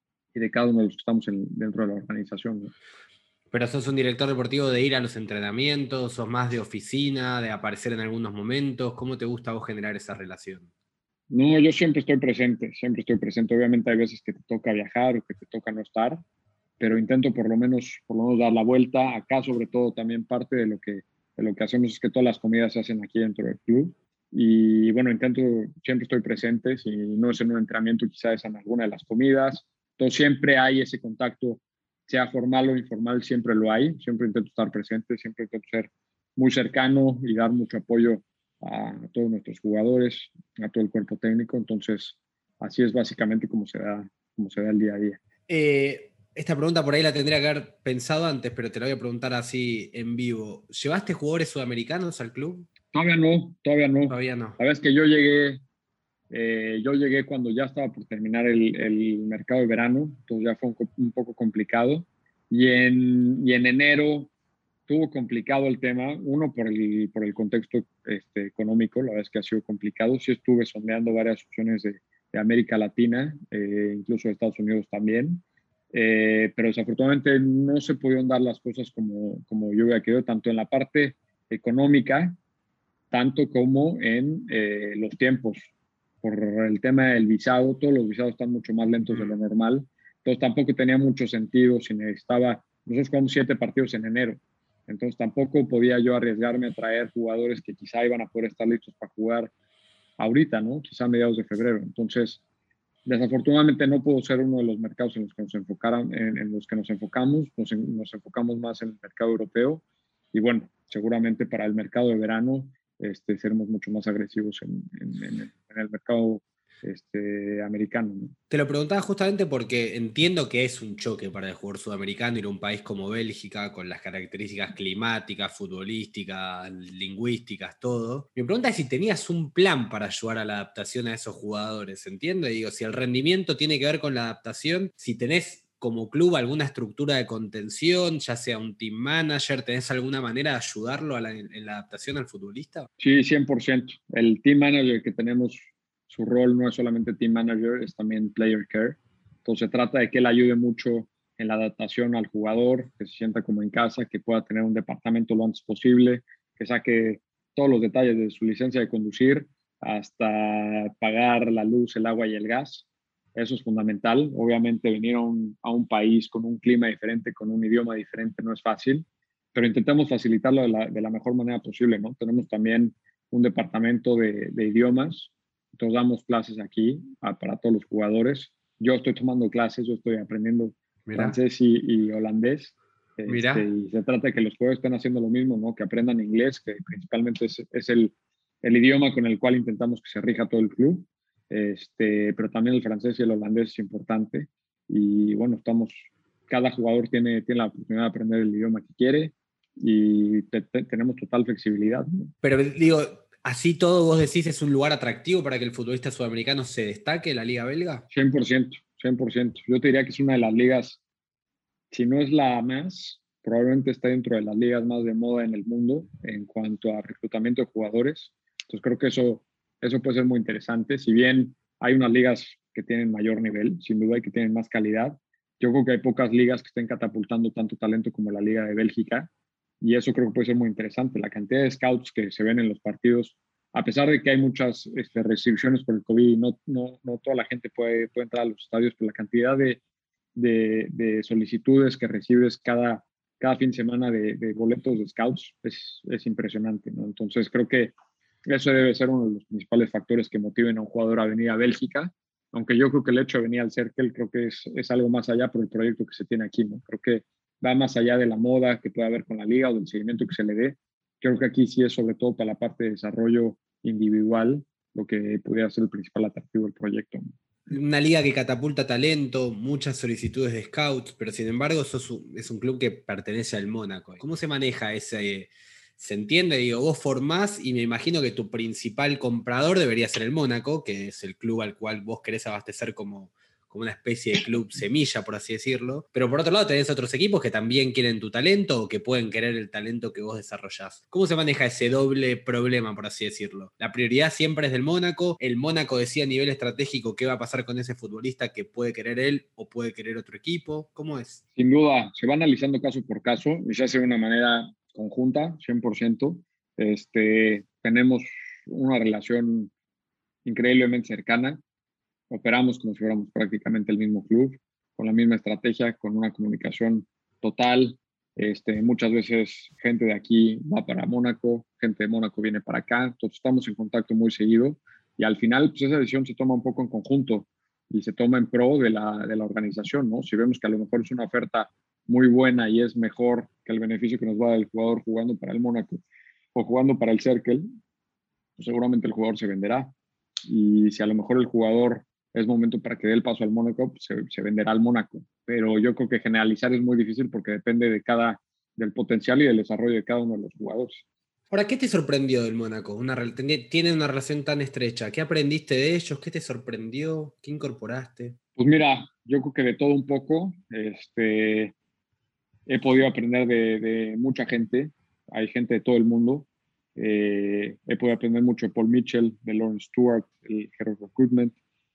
y de cada uno de los que estamos en, dentro de la organización, ¿no? Pero sos un director deportivo de ir a los entrenamientos, sos más de oficina, de aparecer en algunos momentos. ¿Cómo te gusta a vos generar esa relación? No, yo siempre estoy presente, siempre estoy presente. Obviamente hay veces que te toca viajar o que te toca no estar, pero intento por lo menos, por lo menos dar la vuelta. Acá, sobre todo, también parte de lo que, de lo que hacemos es que todas las comidas se hacen aquí dentro del club. Y bueno, intento, siempre estoy presente, si no es en un entrenamiento, quizás en alguna de las comidas. Entonces siempre hay ese contacto, sea formal o informal, siempre lo hay. Siempre intento estar presente, siempre intento ser muy cercano y dar mucho apoyo a todos nuestros jugadores, a todo el cuerpo técnico. Entonces, así es básicamente como se da, como se da el día a día. Eh, esta pregunta por ahí la tendría que haber pensado antes, pero te la voy a preguntar así en vivo. ¿Llevaste jugadores sudamericanos al club? Todavía no, todavía no. Todavía no. La verdad es que yo llegué, eh, yo llegué cuando ya estaba por terminar el, el mercado de verano, entonces ya fue un, un poco complicado. Y en, y en enero estuvo complicado el tema, uno por el, por el contexto este, económico, la verdad es que ha sido complicado. Sí estuve sondeando varias opciones de, de América Latina, eh, incluso de Estados Unidos también, eh, pero desafortunadamente no se pudieron dar las cosas como, como yo hubiera querido, tanto en la parte económica, tanto como en eh, los tiempos. Por el tema del visado, todos los visados están mucho más lentos de lo normal, entonces tampoco tenía mucho sentido si necesitaba, nosotros jugamos siete partidos en enero, entonces tampoco podía yo arriesgarme a traer jugadores que quizá iban a poder estar listos para jugar ahorita, ¿no? Quizá a mediados de febrero. Entonces, desafortunadamente no puedo ser uno de los mercados en los que nos enfocaran, en, en los que nos enfocamos, nos, en, nos enfocamos más en el mercado europeo y bueno, seguramente para el mercado de verano este, seremos mucho más agresivos en, en, en, el, en el mercado este, americano, ¿no? Te lo preguntaba justamente porque entiendo que es un choque para el jugador sudamericano ir a un país como Bélgica, con las características climáticas, futbolísticas, lingüísticas, todo. Mi pregunta es si tenías un plan para ayudar a la adaptación a esos jugadores, ¿entiendes? Digo, si el rendimiento tiene que ver con la adaptación, si tenés como club alguna estructura de contención, ya sea un team manager, ¿tenés alguna manera de ayudarlo a la, en la adaptación al futbolista? Sí, cien por ciento. El team manager que tenemos, su rol no es solamente team manager, es también player care. Entonces se trata de que él ayude mucho en la adaptación al jugador, que se sienta como en casa, que pueda tener un departamento lo antes posible, que saque todos los detalles de su licencia de conducir hasta pagar la luz, el agua y el gas. Eso es fundamental. Obviamente venir a un, a un país con un clima diferente, con un idioma diferente, no es fácil, pero intentamos facilitarlo de la, de la mejor manera posible, ¿no? Tenemos también un departamento de, de idiomas, entonces damos clases aquí a, para todos los jugadores. Yo estoy tomando clases, yo estoy aprendiendo Mirá. francés y, y holandés, Mirá. este, y se trata de que los jugadores estén haciendo lo mismo, ¿no? Que aprendan inglés, que principalmente es, es el, el idioma con el cual intentamos que se rija todo el club, este, pero también el francés y el holandés es importante, y bueno, estamos, cada jugador tiene, tiene la oportunidad de aprender el idioma que quiere, y te, te, tenemos total flexibilidad, ¿no? Pero digo, así todo vos decís es un lugar atractivo para que el futbolista sudamericano se destaque en la Liga Belga. cien por ciento, cien por ciento. Yo te diría que es una de las ligas, si no es la más, probablemente está dentro de las ligas más de moda en el mundo en cuanto a reclutamiento de jugadores. Entonces creo que eso, eso puede ser muy interesante. Si bien hay unas ligas que tienen mayor nivel, sin duda, y que tienen más calidad. Yo creo que hay pocas ligas que estén catapultando tanto talento como la Liga de Bélgica, y eso creo que puede ser muy interesante. La cantidad de scouts que se ven en los partidos, a pesar de que hay muchas este, restricciones por el COVID y no, no, no toda la gente puede, puede entrar a los estadios, pero la cantidad de, de, de solicitudes que recibes cada, cada fin de semana de, de boletos de scouts es, es impresionante, ¿no? Entonces creo que eso debe ser uno de los principales factores que motiven a un jugador a venir a Bélgica, aunque yo creo que el hecho de venir al Cercle creo que es, es algo más allá por el proyecto que se tiene aquí, ¿no? Creo que va más allá de la moda que puede haber con la liga o del seguimiento que se le dé. Creo que aquí sí es sobre todo para la parte de desarrollo individual lo que pudiera ser el principal atractivo del proyecto, ¿no? Una liga que catapulta talento, muchas solicitudes de scouts, pero sin embargo sos un, es un club que pertenece al Mónaco. ¿Cómo se maneja ese? ¿Se entiende? Digo, vos formás y me imagino que tu principal comprador debería ser el Mónaco, que es el club al cual vos querés abastecer como, como una especie de club semilla, por así decirlo. Pero por otro lado tenés otros equipos que también quieren tu talento o que pueden querer el talento que vos desarrollás. ¿Cómo se maneja ese doble problema, por así decirlo? La prioridad siempre es del Mónaco. El Mónaco decide a nivel estratégico qué va a pasar con ese futbolista que puede querer él o puede querer otro equipo. ¿Cómo es? Sin duda, se va analizando caso por caso y se hace de una manera conjunta, cien por ciento. Este, tenemos una relación increíblemente cercana. Operamos como si fuéramos prácticamente el mismo club, con la misma estrategia, con una comunicación total. Este, muchas veces gente de aquí va para Mónaco, gente de Mónaco viene para acá, entonces estamos en contacto muy seguido y al final pues esa decisión se toma un poco en conjunto y se toma en pro de la, de la organización, ¿no? Si vemos que a lo mejor es una oferta muy buena y es mejor que el beneficio que nos va a dar el jugador jugando para el Mónaco o jugando para el Cercle, pues seguramente el jugador se venderá. Y si a lo mejor el jugador es momento para que dé el paso al Mónaco, pues se, se venderá al Mónaco. Pero yo creo que generalizar es muy difícil porque depende de cada, del potencial y del desarrollo de cada uno de los jugadores. Ahora, ¿qué te sorprendió del Mónaco? Una, tienen una relación tan estrecha. ¿Qué aprendiste de ellos? ¿Qué te sorprendió? ¿Qué incorporaste? Pues mira, yo creo que de todo un poco. Este, he podido aprender de, de mucha gente. Hay gente de todo el mundo. Eh, he podido aprender mucho de Paul Mitchell, de Lawrence Stewart, el Head of Recruitment,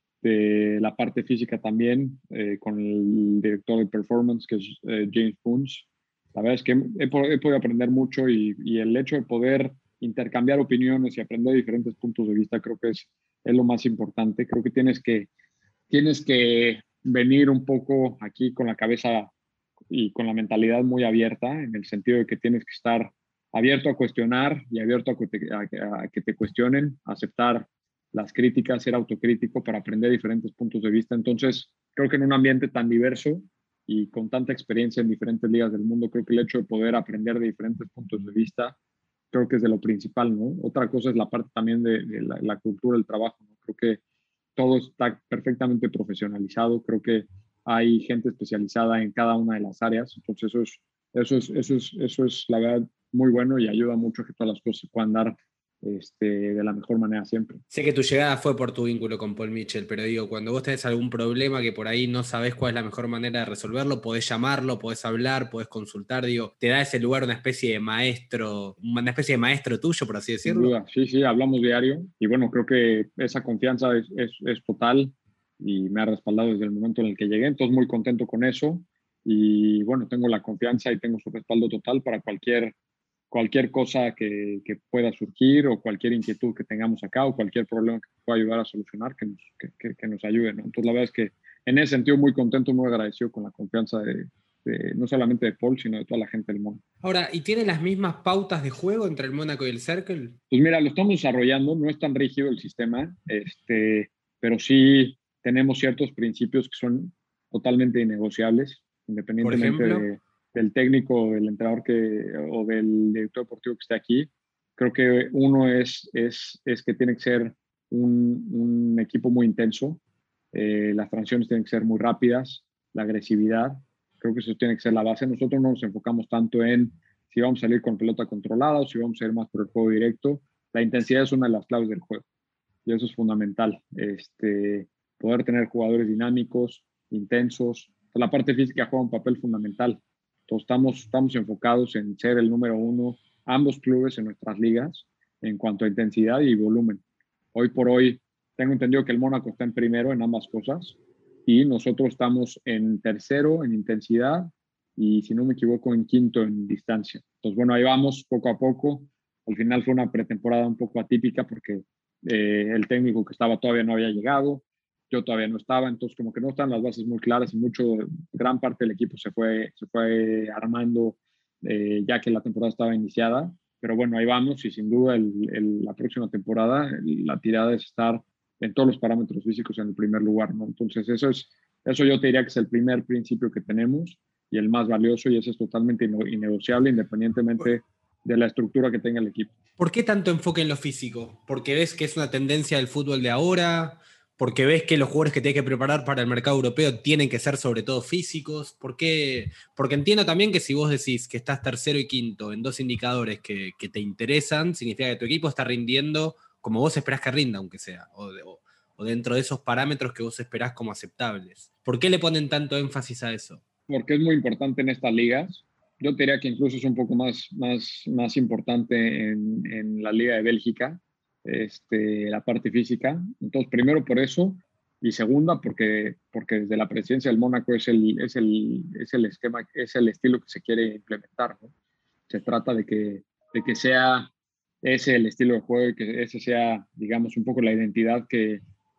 de la parte física también, eh, con el director de performance, que es eh, James Poons. La verdad es que he, he podido aprender mucho y, y el hecho de poder intercambiar opiniones y aprender diferentes puntos de vista creo que es, es lo más importante. Creo que tienes que, tienes que venir un poco aquí con la cabeza y con la mentalidad muy abierta, en el sentido de que tienes que estar abierto a cuestionar y abierto a que te, a, a que te cuestionen, aceptar las críticas, ser autocrítico para aprender diferentes puntos de vista. Entonces, creo que en un ambiente tan diverso y con tanta experiencia en diferentes ligas del mundo, creo que el hecho de poder aprender de diferentes puntos de vista, creo que es de lo principal, ¿no? Otra cosa es la parte también de, de la, la cultura del trabajo, ¿no? Creo que todo está perfectamente profesionalizado, creo que hay gente especializada en cada una de las áreas, entonces eso es, eso es, eso es, eso es la verdad muy bueno y ayuda mucho a que todas las cosas se puedan dar este, de la mejor manera siempre. Sé que tu llegada fue por tu vínculo con Paul Mitchell, pero digo, cuando vos tenés algún problema que por ahí no sabés cuál es la mejor manera de resolverlo, podés llamarlo, podés hablar, podés consultar, digo, te da ese lugar una especie de maestro, una especie de maestro tuyo, por así decirlo. Sin duda, sí, sí, hablamos diario y bueno, creo que esa confianza es, es, es total y me ha respaldado desde el momento en el que llegué, entonces muy contento con eso y bueno, tengo la confianza y tengo su respaldo total para cualquier, cualquier cosa que, que pueda surgir o cualquier inquietud que tengamos acá o cualquier problema que pueda ayudar a solucionar, que nos, que, que, que nos ayude, ¿no? Entonces la verdad es que en ese sentido muy contento, muy agradecido con la confianza de, de no solamente de Paul, sino de toda la gente del mundo. Ahora, ¿y tiene las mismas pautas de juego entre el Mónaco y el Cercle? Pues mira, lo estamos desarrollando, no es tan rígido el sistema, este, pero sí tenemos ciertos principios que son totalmente innegociables, independientemente de, del técnico, del entrenador que, o del director deportivo que esté aquí. Creo que uno es, es, es que tiene que ser un, un equipo muy intenso, eh, las transiciones tienen que ser muy rápidas, la agresividad, creo que eso tiene que ser la base. Nosotros no nos enfocamos tanto en si vamos a salir con pelota controlada o si vamos a ir más por el juego directo. La intensidad es una de las claves del juego y eso es fundamental. Este, poder tener jugadores dinámicos, intensos. La parte física juega un papel fundamental. Entonces estamos, estamos enfocados en ser el número uno, ambos clubes en nuestras ligas, en cuanto a intensidad y volumen. Hoy por hoy tengo entendido que el Mónaco está en primero en ambas cosas y nosotros estamos en tercero en intensidad y, si no me equivoco, en quinto en distancia. Entonces, bueno, ahí vamos poco a poco. Al final fue una pretemporada un poco atípica porque eh, el técnico que estaba todavía no había llegado, yo todavía no estaba, entonces como que no están las bases muy claras y mucho, gran parte del equipo se fue, se fue armando eh, ya que la temporada estaba iniciada. Pero bueno, ahí vamos y sin duda el, el, la próxima temporada la tirada es estar en todos los parámetros físicos en el primer lugar, ¿no? Entonces eso es, eso yo te diría que es el primer principio que tenemos y el más valioso, y ese es totalmente innegociable independientemente de la estructura que tenga el equipo. ¿Por qué tanto enfoque en lo físico? ¿Porque ves que es una tendencia del fútbol de ahora? ¿Porque ves que los jugadores que tienes que preparar para el mercado europeo tienen que ser sobre todo físicos? ¿Por qué? Porque entiendo también que si vos decís que estás tercero y quinto en dos indicadores que, que te interesan, significa que tu equipo está rindiendo como vos esperás que rinda, aunque sea, o, de, o, o dentro de esos parámetros que vos esperás como aceptables. ¿Por qué le ponen tanto énfasis a eso? Porque es muy importante en estas ligas. Yo te diría que incluso es un poco más, más, más importante en, en la Liga de Bélgica, este, la parte física. Entonces, primero por eso, y segunda porque, porque desde la presidencia del Mónaco es el, es, el, es el esquema, es el estilo que se quiere implementar, ¿no? Se trata de que, de que sea ese el estilo de juego y que ese sea, digamos, un poco la identidad que,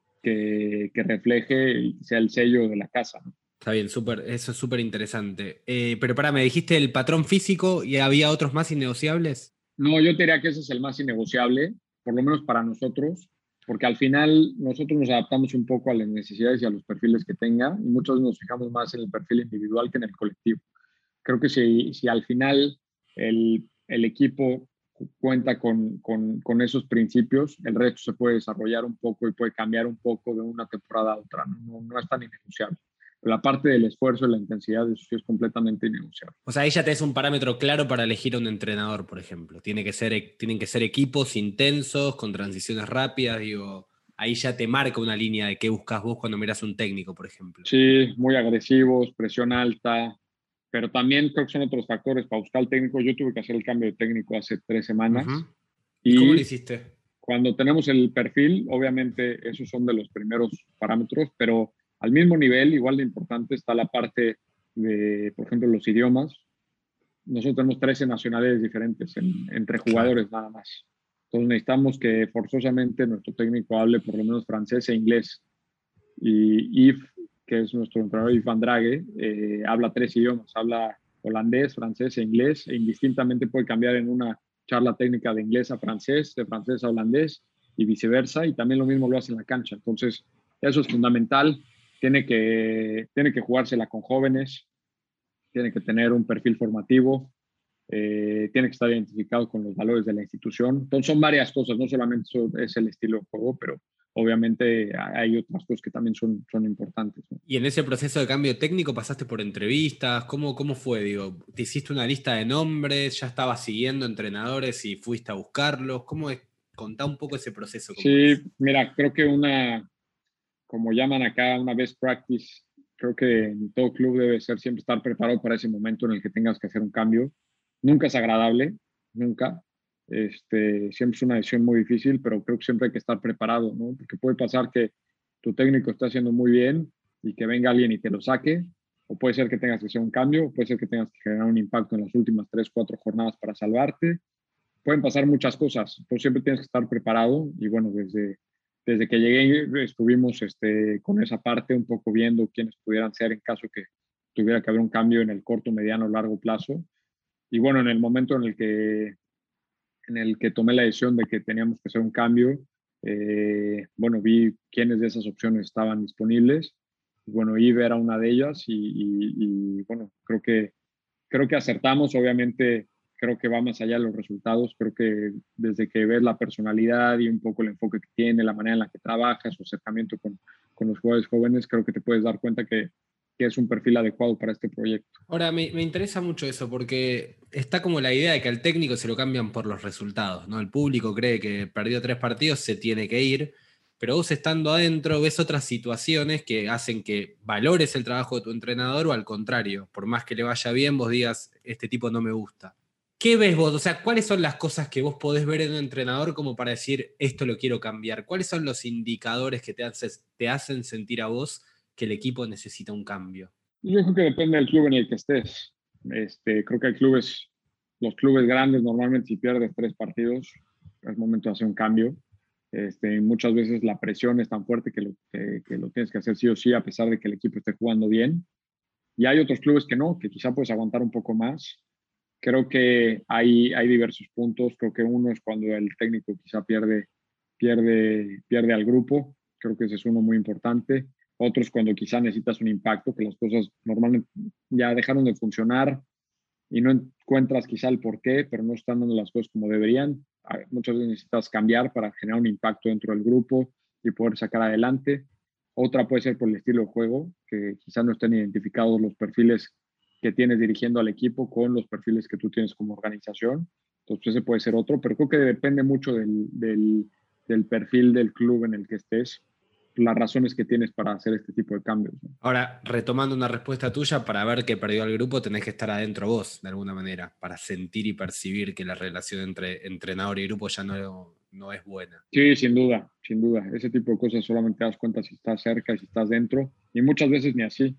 que, que refleje y sea el sello de la casa, ¿no? Está bien, súper, eso es súper interesante. Eh, pero pará, me dijiste el patrón físico y había otros más innegociables. No, yo diría que ese es el más innegociable, por lo menos para nosotros, porque al final nosotros nos adaptamos un poco a las necesidades y a los perfiles que tenga, y muchos nos fijamos más en el perfil individual que en el colectivo. Creo que si, si al final el, el equipo cuenta con, con, con esos principios, el resto se puede desarrollar un poco y puede cambiar un poco de una temporada a otra, no, no es tan innegociable. La parte del esfuerzo y la intensidad, eso sí es completamente innegociable. O sea, ahí ya tenés un parámetro claro para elegir a un entrenador, por ejemplo. Tiene que ser, tienen que ser equipos intensos, con transiciones rápidas, digo. Ahí ya te marca una línea de qué buscas vos cuando miras un técnico, por ejemplo. Sí, muy agresivos, presión alta, pero también creo que son otros factores. Para buscar el técnico, yo tuve que hacer el cambio de técnico hace tres semanas. Uh-huh. ¿Y, ¿Y cómo lo hiciste? Cuando tenemos el perfil, obviamente esos son de los primeros parámetros, pero al mismo nivel, igual de importante, está la parte de, por ejemplo, los idiomas. Nosotros tenemos trece nacionalidades diferentes en, entre jugadores, claro, nada más. Entonces necesitamos que forzosamente nuestro técnico hable por lo menos francés e inglés. Y Yves, que es nuestro entrenador, Yves Van Drage, eh, habla tres idiomas. Habla holandés, francés e inglés, e indistintamente puede cambiar en una charla técnica de inglés a francés, de francés a holandés y viceversa, y también lo mismo lo hace en la cancha. Entonces, eso es fundamental. Tiene que, tiene que jugársela con jóvenes, tiene que tener un perfil formativo, eh, tiene que estar identificado con los valores de la institución. Entonces, son varias cosas, no solamente eso es el estilo de juego, pero obviamente hay otras cosas que también son, son importantes, ¿no? Y en ese proceso de cambio técnico pasaste por entrevistas, ¿cómo, cómo fue? Digo, ¿te hiciste una lista de nombres? ¿Ya estabas siguiendo entrenadores y fuiste a buscarlos? ¿Cómo es? Contá un poco ese proceso. ¿Cómo sí, es? Mira, creo que una, como llaman acá, una best practice, creo que en todo club debe ser siempre estar preparado para ese momento en el que tengas que hacer un cambio. Nunca es agradable, nunca. Este, siempre es una decisión muy difícil, pero creo que siempre hay que estar preparado, ¿no? Porque puede pasar que tu técnico está haciendo muy bien y que venga alguien y te lo saque, o puede ser que tengas que hacer un cambio, o puede ser que tengas que generar un impacto en las últimas tres, cuatro jornadas para salvarte. Pueden pasar muchas cosas, pero siempre tienes que estar preparado y bueno, desde, desde que llegué estuvimos este, con esa parte un poco viendo quiénes pudieran ser en caso que tuviera que haber un cambio en el corto, mediano, largo plazo. Y bueno, en el momento en el que, en el que tomé la decisión de que teníamos que hacer un cambio, eh, bueno, vi quiénes de esas opciones estaban disponibles. Y bueno, Ibe era una de ellas y, y, y bueno, creo que, creo que acertamos. Obviamente, creo que va más allá de los resultados. Creo que desde que ves la personalidad y un poco el enfoque que tiene, la manera en la que trabaja, su acercamiento con, con los jugadores jóvenes, creo que te puedes dar cuenta que, que es un perfil adecuado para este proyecto. Ahora, me, me interesa mucho eso porque está como la idea de que al técnico se lo cambian por los resultados, ¿no? El público cree que perdió tres partidos, se tiene que ir, pero vos estando adentro ves otras situaciones que hacen que valores el trabajo de tu entrenador o al contrario, por más que le vaya bien, vos digas, este tipo no me gusta. ¿Qué ves vos? O sea, ¿cuáles son las cosas que vos podés ver en un entrenador como para decir, esto lo quiero cambiar? ¿Cuáles son los indicadores que te, haces, te hacen sentir a vos que el equipo necesita un cambio? Yo creo que depende del club en el que estés. Este, creo que hay clubes, los clubes grandes, normalmente si pierdes tres partidos, es momento de hacer un cambio. Este, muchas veces la presión es tan fuerte que lo, que, que lo tienes que hacer sí o sí, a pesar de que el equipo esté jugando bien. Y hay otros clubes que no, que quizá puedes aguantar un poco más. Creo que hay, hay diversos puntos. Creo que uno es cuando el técnico quizá pierde, pierde, pierde al grupo. Creo que ese es uno muy importante. Otros cuando quizá necesitas un impacto, que las cosas normalmente ya dejaron de funcionar y no encuentras quizá el por qué, pero no están dando las cosas como deberían. Muchas veces necesitas cambiar para generar un impacto dentro del grupo y poder sacar adelante. Otra puede ser por el estilo de juego, que quizá no estén identificados los perfiles que tienes dirigiendo al equipo con los perfiles que tú tienes como organización. Entonces ese puede ser otro, pero creo que depende mucho del, del, del perfil del club en el que estés, las razones que tienes para hacer este tipo de cambios, ¿no? Ahora, retomando una respuesta tuya, para ver que perdió el grupo tenés que estar adentro vos, de alguna manera, para sentir y percibir que la relación entre entrenador y grupo ya no, no es buena. Sí, sin duda, sin duda. Ese tipo de cosas solamente te das cuenta si estás cerca y si estás dentro, y muchas veces ni así.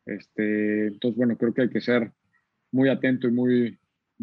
Este, entonces, bueno, creo que hay que ser muy atento y muy,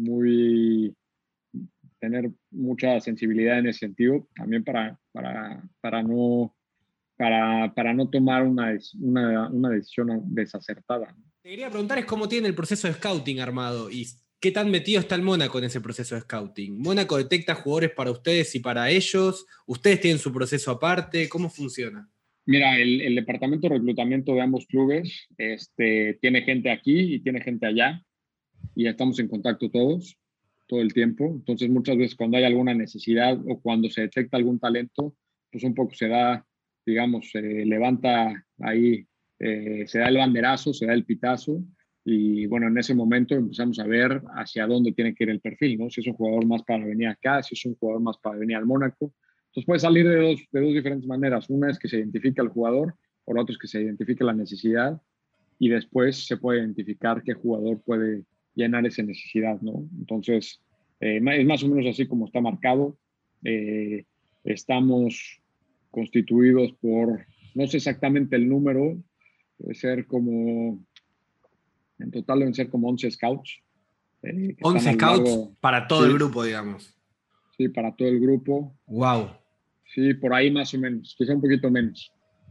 muy, tener mucha sensibilidad en ese sentido, también para, para, para no para, para no tomar una, una, una decisión desacertada. Te quería preguntar es cómo tiene el proceso de scouting armado y qué tan metido está el Mónaco en ese proceso de scouting. ¿Mónaco detecta jugadores para ustedes y para ellos? ¿Ustedes tienen su proceso aparte? ¿Cómo funciona? Mira, el, el departamento de reclutamiento de ambos clubes este, tiene gente aquí y tiene gente allá y estamos en contacto todos, todo el tiempo. Entonces, muchas veces cuando hay alguna necesidad o cuando se detecta algún talento, pues un poco se da, digamos, se levanta ahí, eh, se da el banderazo, se da el pitazo y bueno, en ese momento empezamos a ver hacia dónde tiene que ir el perfil, ¿no? Si es un jugador más para venir acá, si es un jugador más para venir al Mónaco. Entonces puede salir de dos, de dos diferentes maneras. Una es que se identifique al jugador, o la otra es que se identifique la necesidad y después se puede identificar qué jugador puede llenar esa necesidad, ¿no? Entonces, eh, es más o menos así como está marcado. Eh, estamos constituidos por, no sé exactamente el número, debe ser como, en total deben ser como once scouts. Eh, que están once a lo scouts largo, para todo el sí, grupo, digamos. sí, para todo el grupo. Wow. Sí, por ahí más o menos, quizá un poquito menos.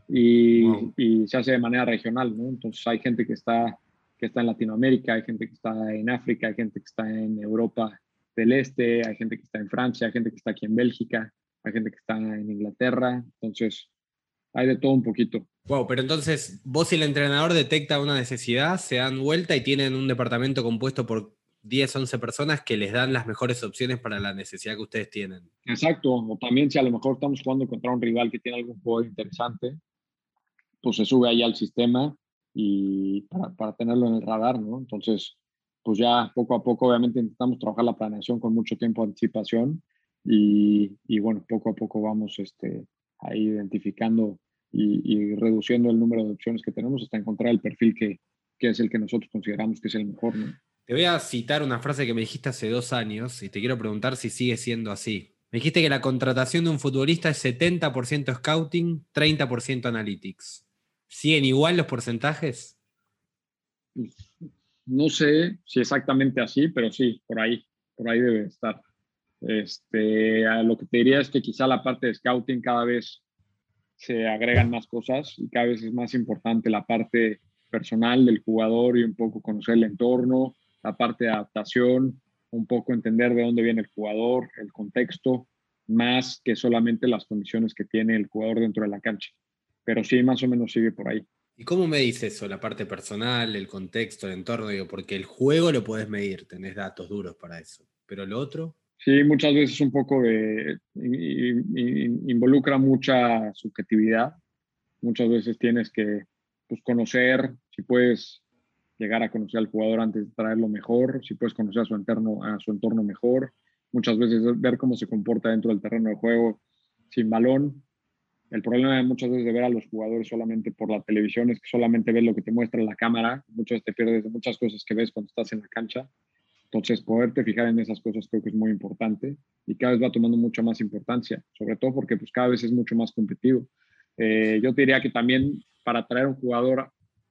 Y, Wow. y se hace de manera regional, ¿no? Entonces hay gente que está, que está en Latinoamérica, hay gente que está en África, hay gente que está en Europa del Este, hay gente que está en Francia, hay gente que está aquí en Bélgica, hay gente que está en Inglaterra. Entonces hay de todo un poquito. Wow, pero entonces vos y el entrenador detecta una necesidad, se dan vuelta y tienen un departamento compuesto por diez, once personas que les dan las mejores opciones para la necesidad que ustedes tienen. Exacto, o también si a lo mejor estamos jugando contra un rival que tiene algún juego interesante, pues se sube ahí al sistema y para, para tenerlo en el radar, ¿no? Entonces, pues ya poco a poco, obviamente intentamos trabajar la planeación con mucho tiempo de anticipación y, y bueno, poco a poco vamos este, ahí identificando y, y reduciendo el número de opciones que tenemos hasta encontrar el perfil que, que es el que nosotros consideramos que es el mejor, ¿no? Te voy a citar una frase que me dijiste hace dos años y te quiero preguntar si sigue siendo así. Me dijiste que la contratación de un futbolista es setenta por ciento scouting, treinta por ciento analytics. ¿Siguen igual los porcentajes? No sé si exactamente así, pero sí, por ahí, por ahí debe estar. Este, a lo que te diría es que quizá la parte de scouting cada vez se agregan más cosas y cada vez es más importante la parte personal del jugador y un poco conocer el entorno, la parte de adaptación, un poco entender de dónde viene el jugador, el contexto, más que solamente las condiciones que tiene el jugador dentro de la cancha. Pero sí, más o menos sigue por ahí. ¿Y cómo medís eso? La parte personal, el contexto, el entorno, digo, porque el juego lo podés medir, tenés datos duros para eso. Pero lo otro, Sí, muchas veces un poco de, i- i- involucra mucha subjetividad. Muchas veces tienes que pues, conocer, si puedes llegar a conocer al jugador antes de traerlo mejor, si puedes conocer a su entorno, a su entorno mejor. Muchas veces ver cómo se comporta dentro del terreno de juego sin balón. El problema de muchas veces de ver a los jugadores solamente por la televisión es que solamente ves lo que te muestra la cámara. Muchas veces te pierdes de muchas cosas que ves cuando estás en la cancha. Entonces, poderte fijar en esas cosas creo que es muy importante y cada vez va tomando mucha más importancia, sobre todo porque pues, cada vez es mucho más competitivo. Eh, yo te diría que también para atraer un jugador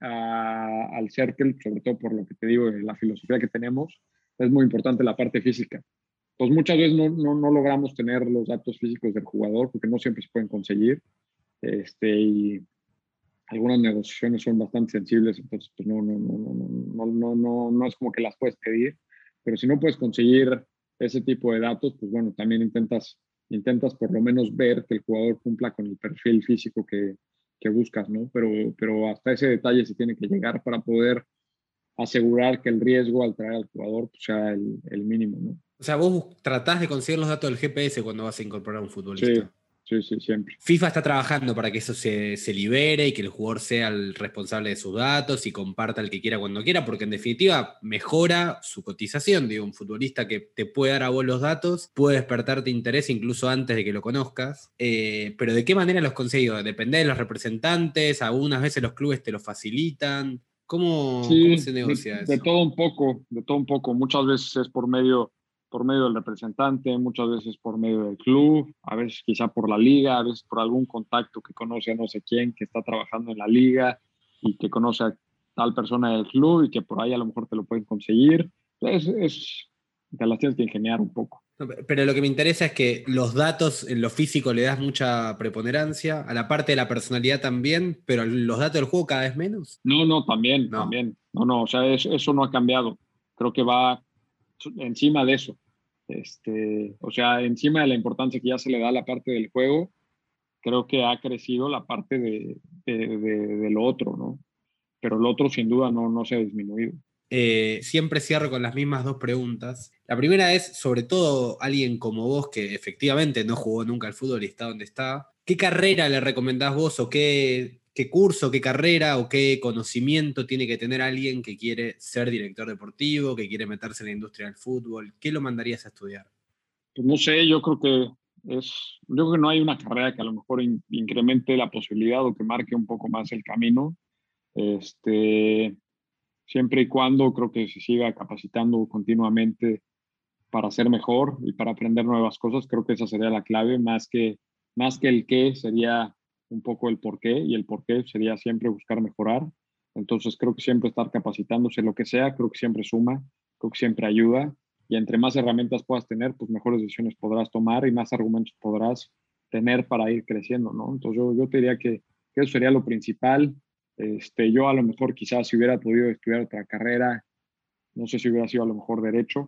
a, al Cercle, sobre todo por lo que te digo de la filosofía que tenemos, es muy importante la parte física. Pues muchas veces no, no, no logramos tener los datos físicos del jugador porque no siempre se pueden conseguir. Este, y algunas negociaciones son bastante sensibles, entonces pues no, no, no, no, no, no, no, no es como que las puedes pedir, pero si no puedes conseguir ese tipo de datos, pues bueno, también intentas, intentas por lo menos ver que el jugador cumpla con el perfil físico que, que buscas, ¿no? Pero, pero hasta ese detalle se tiene que llegar para poder asegurar que el riesgo al traer al jugador pues, sea el, el mínimo, ¿no? O sea, vos tratás de conseguir los datos del G P S cuando vas a incorporar a un Sí, futbolista. sí, sí, siempre. FIFA está trabajando para que eso se, se libere y que el jugador sea el responsable de sus datos y comparta el que quiera cuando quiera, porque en definitiva mejora su cotización. Digo, un futbolista que te puede dar a vos los datos puede despertarte interés incluso antes de que lo conozcas. Eh, pero ¿de qué manera los conseguido? Depende de los representantes, algunas veces los clubes te lo facilitan. ¿Cómo, cómo Sí, se de, negocia de eso? todo un poco, de todo un poco. Muchas veces es por medio, por medio del representante, muchas veces por medio del club, a veces quizá por la liga, a veces por algún contacto que conoce a no sé quién que está trabajando en la liga y que conoce a tal persona del club y que por ahí a lo mejor te lo pueden conseguir. Es, es te las tienes que ingeniar un poco. No, pero lo que me interesa es que los datos en lo físico le das mucha preponderancia, a la parte de la personalidad también, pero los datos del juego cada vez menos. No, no, también, No. también. No, no, o sea, es- eso no ha cambiado. Creo que va encima de eso. Este, o sea, encima de la importancia que ya se le da a la parte del juego, creo que ha crecido la parte de, de, de, de lo otro, ¿no? Pero lo otro sin duda no, no se ha disminuido. Eh, siempre cierro con las mismas dos preguntas. La primera es, sobre todo, alguien como vos que efectivamente no jugó nunca al fútbol y está donde está, ¿qué carrera le recomendás vos o qué, qué curso, qué carrera o qué conocimiento tiene que tener alguien que quiere ser director deportivo, que quiere meterse en la industria del fútbol? ¿Qué lo mandarías a estudiar? Pues no sé, yo creo que es, yo creo que no hay una carrera que a lo mejor in, incremente la posibilidad o que marque un poco más el camino. Este, siempre y cuando creo que se siga capacitando continuamente para ser mejor y para aprender nuevas cosas. Creo que esa sería la clave, más que, más que el qué sería un poco el por qué, y el por qué sería siempre buscar mejorar. Entonces creo que siempre estar capacitándose, lo que sea, creo que siempre suma, creo que siempre ayuda, y entre más herramientas puedas tener, pues mejores decisiones podrás tomar y más argumentos podrás tener para ir creciendo, ¿no? Entonces yo, yo te diría que, que eso sería lo principal. Este, yo a lo mejor quizás si hubiera podido estudiar otra carrera, no sé si hubiera sido a lo mejor derecho.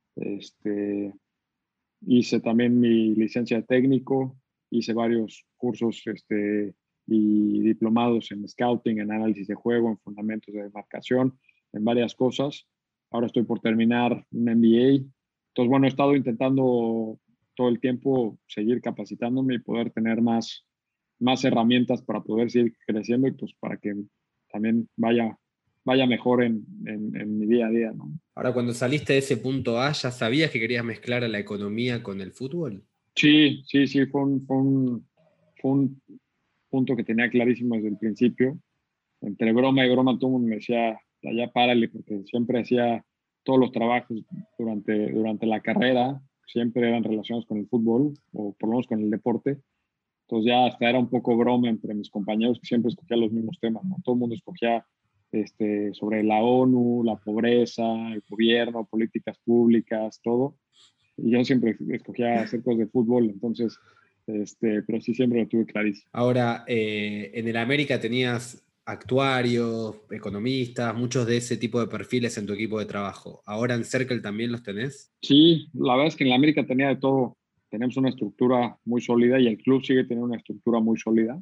Este, hice también mi licencia de técnico, hice varios cursos este, y diplomados en scouting, en análisis de juego, en fundamentos de demarcación, en varias cosas. Ahora estoy por terminar un M B A. Entonces, bueno, he estado intentando todo el tiempo seguir capacitándome y poder tener más, más herramientas para poder seguir creciendo y pues para que también vaya, vaya mejor en, en, en mi día a día, ¿no? Ahora, cuando saliste de ese punto A, ¿ya sabías que querías mezclar a la economía con el fútbol? Sí, sí, sí, fue un, fue un, fue un punto que tenía clarísimo desde el principio. Entre broma y broma, todo el mundo me decía, ya párale, porque siempre hacía todos los trabajos durante, durante la carrera, siempre eran relacionados con el fútbol, o por lo menos con el deporte. Entonces ya hasta era un poco broma entre mis compañeros que siempre escogían los mismos temas, ¿no? Todo el mundo escogía este, sobre la ONU, la pobreza, el gobierno, políticas públicas, todo. Y yo siempre escogía hacer cosas de fútbol, entonces, este, pero sí siempre lo tuve clarísimo. Ahora, eh, en el América tenías actuarios, economistas, muchos de ese tipo de perfiles en tu equipo de trabajo. ¿Ahora en Circle también los tenés? Sí, la verdad es que en la América tenía de todo. Tenemos una estructura muy sólida y el club sigue teniendo una estructura muy sólida.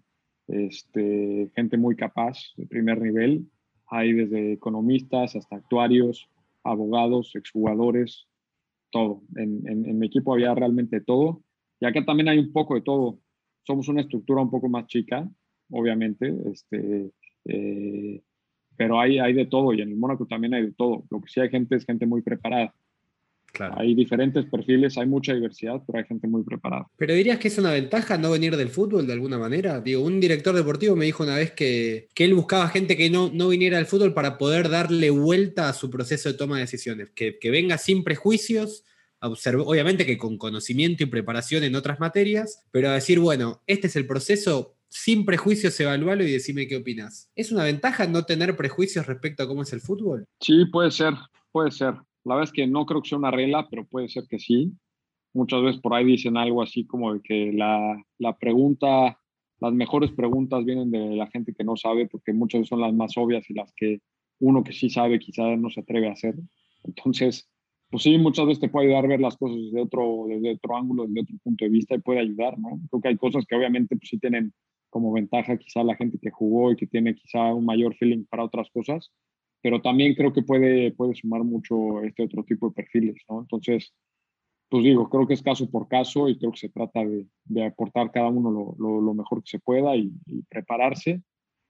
Este, gente muy capaz de primer nivel. Hay desde economistas hasta actuarios, abogados, exjugadores, todo. En, en, en mi equipo había realmente todo. Y acá también hay un poco de todo. Somos una estructura un poco más chica, obviamente, este, eh, pero hay, hay de todo. Y en el Mónaco también hay de todo. Lo que sí hay gente es gente muy preparada. Claro. Hay diferentes perfiles, hay mucha diversidad, pero hay gente muy preparada. ¿Pero dirías que es una ventaja no venir del fútbol de alguna manera? Digo, un director deportivo me dijo una vez que, que él buscaba gente que no, no viniera del fútbol para poder darle vuelta a su proceso de toma de decisiones, que, que venga sin prejuicios, observ- obviamente que con conocimiento y preparación en otras materias, pero a decir, bueno, este es el proceso, sin prejuicios evalúalo y decime qué opinas. ¿Es una ventaja no tener prejuicios respecto a cómo es el fútbol? Sí, puede ser, puede ser. La verdad es que no creo que sea una regla, pero puede ser que sí. Muchas veces por ahí dicen algo así como de que la, la pregunta, las mejores preguntas vienen de la gente que no sabe, porque muchas veces son las más obvias y las que uno que sí sabe quizás no se atreve a hacer. Entonces, pues sí, muchas veces te puede ayudar a ver las cosas desde otro, desde otro ángulo, desde otro punto de vista y puede ayudar, ¿no? Creo que hay cosas que obviamente pues sí tienen como ventaja quizá la gente que jugó y que tiene quizá un mayor feeling para otras cosas, pero también creo que puede, puede sumar mucho este otro tipo de perfiles, ¿no? Entonces, pues digo, creo que es caso por caso y creo que se trata de, de aportar cada uno lo, lo, lo mejor que se pueda y, y prepararse,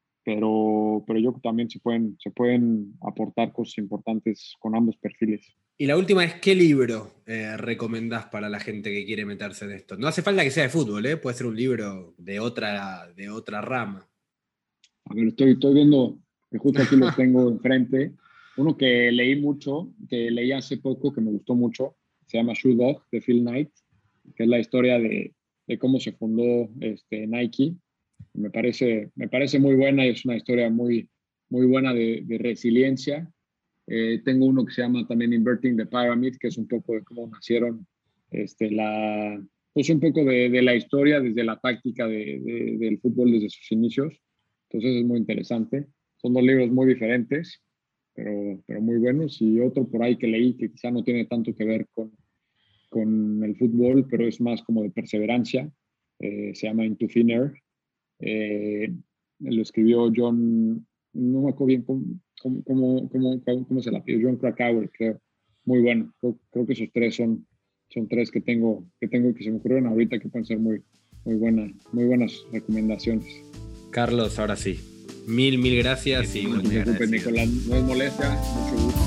pero, pero yo creo que también se pueden, se pueden aportar cosas importantes con ambos perfiles. Y la última es, ¿qué libro eh, recomendás para la gente que quiere meterse en esto? No hace falta que sea de fútbol, ¿eh? Puede ser un libro de otra, de otra rama. A ver, estoy, estoy viendo, que justo aquí los tengo enfrente. Uno que leí mucho, que leí hace poco, que me gustó mucho, se llama Shoe Dog, de Phil Knight, que es la historia de, de cómo se fundó este, Nike. Me parece, me parece muy buena y es una historia muy, muy buena de, de resiliencia. Eh, tengo uno que se llama también Inverting the Pyramid, que es un poco de cómo nacieron, este, la, pues un poco de, de la historia desde la táctica de, de, del fútbol desde sus inicios. Entonces es muy interesante. Son dos libros muy diferentes, pero, pero muy buenos. Y otro por ahí que leí que quizá no tiene tanto que ver con, con el fútbol, pero es más como de perseverancia. Eh, se llama Into Thin Air. Eh, lo escribió John, no me acuerdo bien cómo, cómo, cómo, cómo, cómo se la pidió, John Krakauer, creo. Muy bueno. Creo, creo que esos tres son, son tres que tengo, que tengo que se me ocurrieron ahorita que pueden ser muy, muy, buena, muy buenas recomendaciones. Carlos, ahora sí. Mil, mil gracias. Sí, y no se preocupen, Nicolás, no es molestia, mucho gusto.